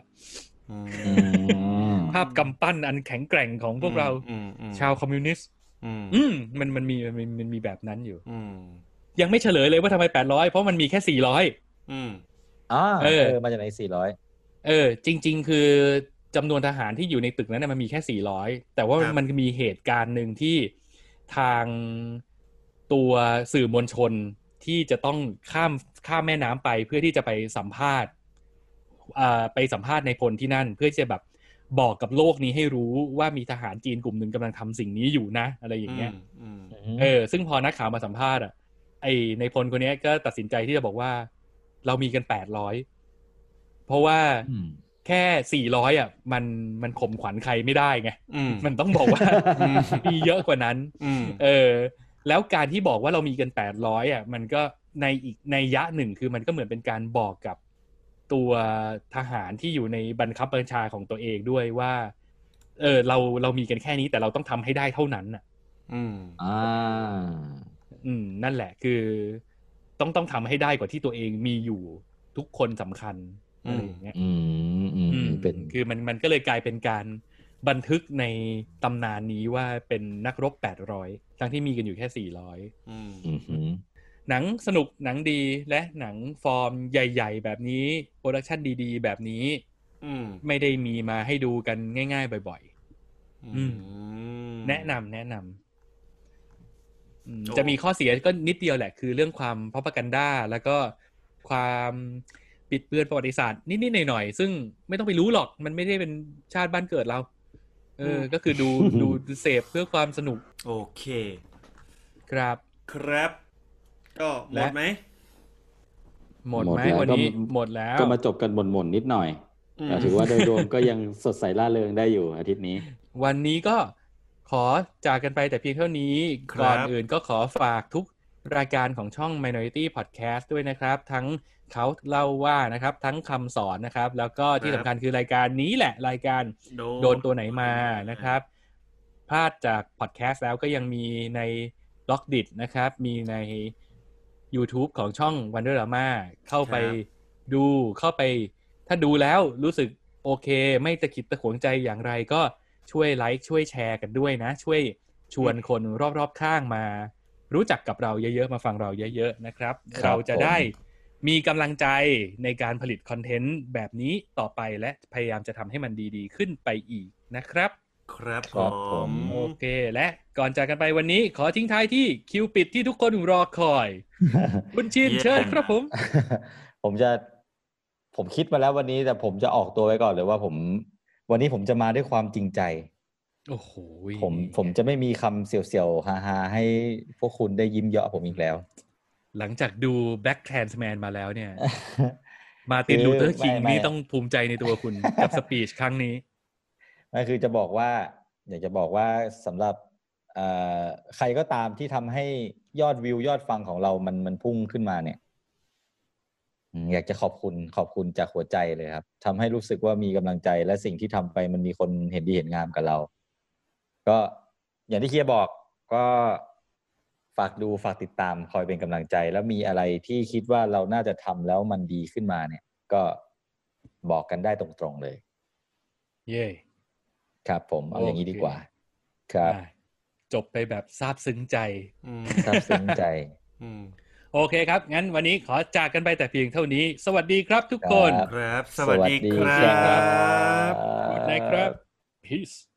ภาพกำปั้นอันแข็งแกร่งของพวกเราชาวคอมมิวนิสต์มันมีแบบนั้นอยู่ยังไม่เฉลยเลยว่าทำไม800เพราะมันมีแค่400 มาจากไหน400 จริงๆคือจำนวนทหารที่อยู่ในตึกนั้นมันมีแค่400แต่ว่ามันมีเหตุการณ์หนึ่งที่ทางตัวสื่อมวลชนที่จะต้องข้ามแม่น้ำไปเพื่อที่จะไปสัมภาษณ์ในพลที่นั่นเพื่อจะแบบบอกกับโลกนี้ให้รู้ว่ามีทหารจีนกลุ่มหนึ่งกำลังทำสิ่งนี้อยู่นะอะไรอย่างเงี้ยซึ่งพอนักข่าวมาสัมภาษณ์ในพลคนนี้ก็ตัดสินใจที่จะบอกว่าเรามีกัน800เพราะว่าแค่400มันข่มขวัญใครไม่ได้ไงมันต้องบอกว่ามีเยอะกว่านั้นแล้วการที่บอกว่าเรามีกัน800มันก็ในอีกนัยยะหนึ่งคือมันก็เหมือนเป็นการบอกกับตัวทหารที่อยู่ในบังคับบัญชาของตัวเองด้วยว่าเรามีกันแค่นี้แต่เราต้องทำให้ได้เท่านั้นน่ะนั่นแหละคือต้องทำให้ได้กว่าที่ตัวเองมีอยู่ทุกคนสำคัญอะไรอย่างเงี้ยคือมันก็เลยกลายเป็นการบันทึกในตำนานนี้ว่าเป็นนักรบ800ทั้งที่มีกันอยู่แค่400หนังสนุกหนังดีและหนังฟอร์มใหญ่ๆแบบนี้โปรดักชันดีๆแบบนี้ไม่ได้มีมาให้ดูกันง่ายๆบ่อยๆแนะนำจะมีข้อเสียก็นิดเดียวแหละคือเรื่องความพอพากันดาแล้วก็ความปิดเบือนประวัติศาสตร์นิดๆหน่อยๆซึ่งไม่ต้องไปรู้หรอกมันไม่ได้เป็นชาติบ้านเกิดเราก็คือดูเสพเพื่อความสนุกโอเคครับก็หมดไหมวันนี้หมดแล้วก็มาจบกันหม่นๆนิดหน่อยถือว่าโดยรวมก็ยังสดใสร่าเริงได้อยู่อาทิตย์นี้วันนี้ก็ขอจากกันไปแต่เพียงเท่านี้ก่อนอื่นก็ขอฝากทุกรายการของช่อง Minority Podcast ด้วยนะครับทั้งเขาเล่าว่านะครับทั้งคำสอนนะครับแล้วก็ที่สำคัญคือรายการนี้แหละรายการโดนตัวไหนมานะครับพลาดจากพอดแคสต์แล้วก็ยังมีในบล็อกดินะครับมีใน YouTube ของช่อง Wonderama เข้าไปดูเข้าไปถ้าดูแล้วรู้สึกโอเคไม่ตะขิดตะขวงใจอย่างไรก็ช่วยไลค์ช่วยแชร์กันด้วยนะช่วยชวนคนรอบๆข้างมารู้จักกับเราเยอะๆมาฟังเราเยอะๆนะครับเราจะได้มีกำลังใจในการผลิตคอนเทนต์แบบนี้ต่อไปและพยายามจะทำให้มันดีๆขึ้นไปอีกนะครับครับผมโอเคและก่อนจากกันไปวันนี้ขอทิ้งท้ายที่คิวปิดที่ทุกคนรอคอยคุณชินเชิญครับผมคิดมาแล้ววันนี้แต่ผมจะออกตัวไว้ก่อนเลยว่าวันนี้ผมจะมาด้วยความจริงใจโอ้โหผมจะไม่มีคำเสี่ยวๆฮาๆให้พวกคุณได้ยิ้มเยาะผมอีกแล้วหลังจากดู Black Klansman มาแล้วเนี่ยมาร์ตินลูเทอร์คิงนี่ต้องภูมิใจในตัวคุณกับสปีชครั้งนี้นั่นคือจะบอกว่าอยากจะบอกว่าสำหรับใครก็ตามที่ทำให้ยอดวิวยอดฟังของเรามันพุ่งขึ้นมาเนี่ยอยากจะขอบคุณจากหัวใจเลยครับทำให้รู้สึกว่ามีกำลังใจและสิ่งที่ทำไปมันมีคนเห็นดีเห็นงามกับเราก็อย่างที่เคียบอกก็ฝากดูฝากติดตามคอยเป็นกำลังใจแล้วมีอะไรที่คิดว่าเราน่าจะทำแล้วมันดีขึ้นมาเนี่ยก็บอกกันได้ตรงๆเลยเย่ครับผมเอาอย่างนี้ดีกว่าครับจบไปแบบซาบซึ้งใจซาบซึ้งใจโอเคครับงั้นวันนี้ขอจากกันไปแต่เพียงเท่านี้สวัสดีครับทุกคนครับสวัสดีครับ Good night ครับ Peace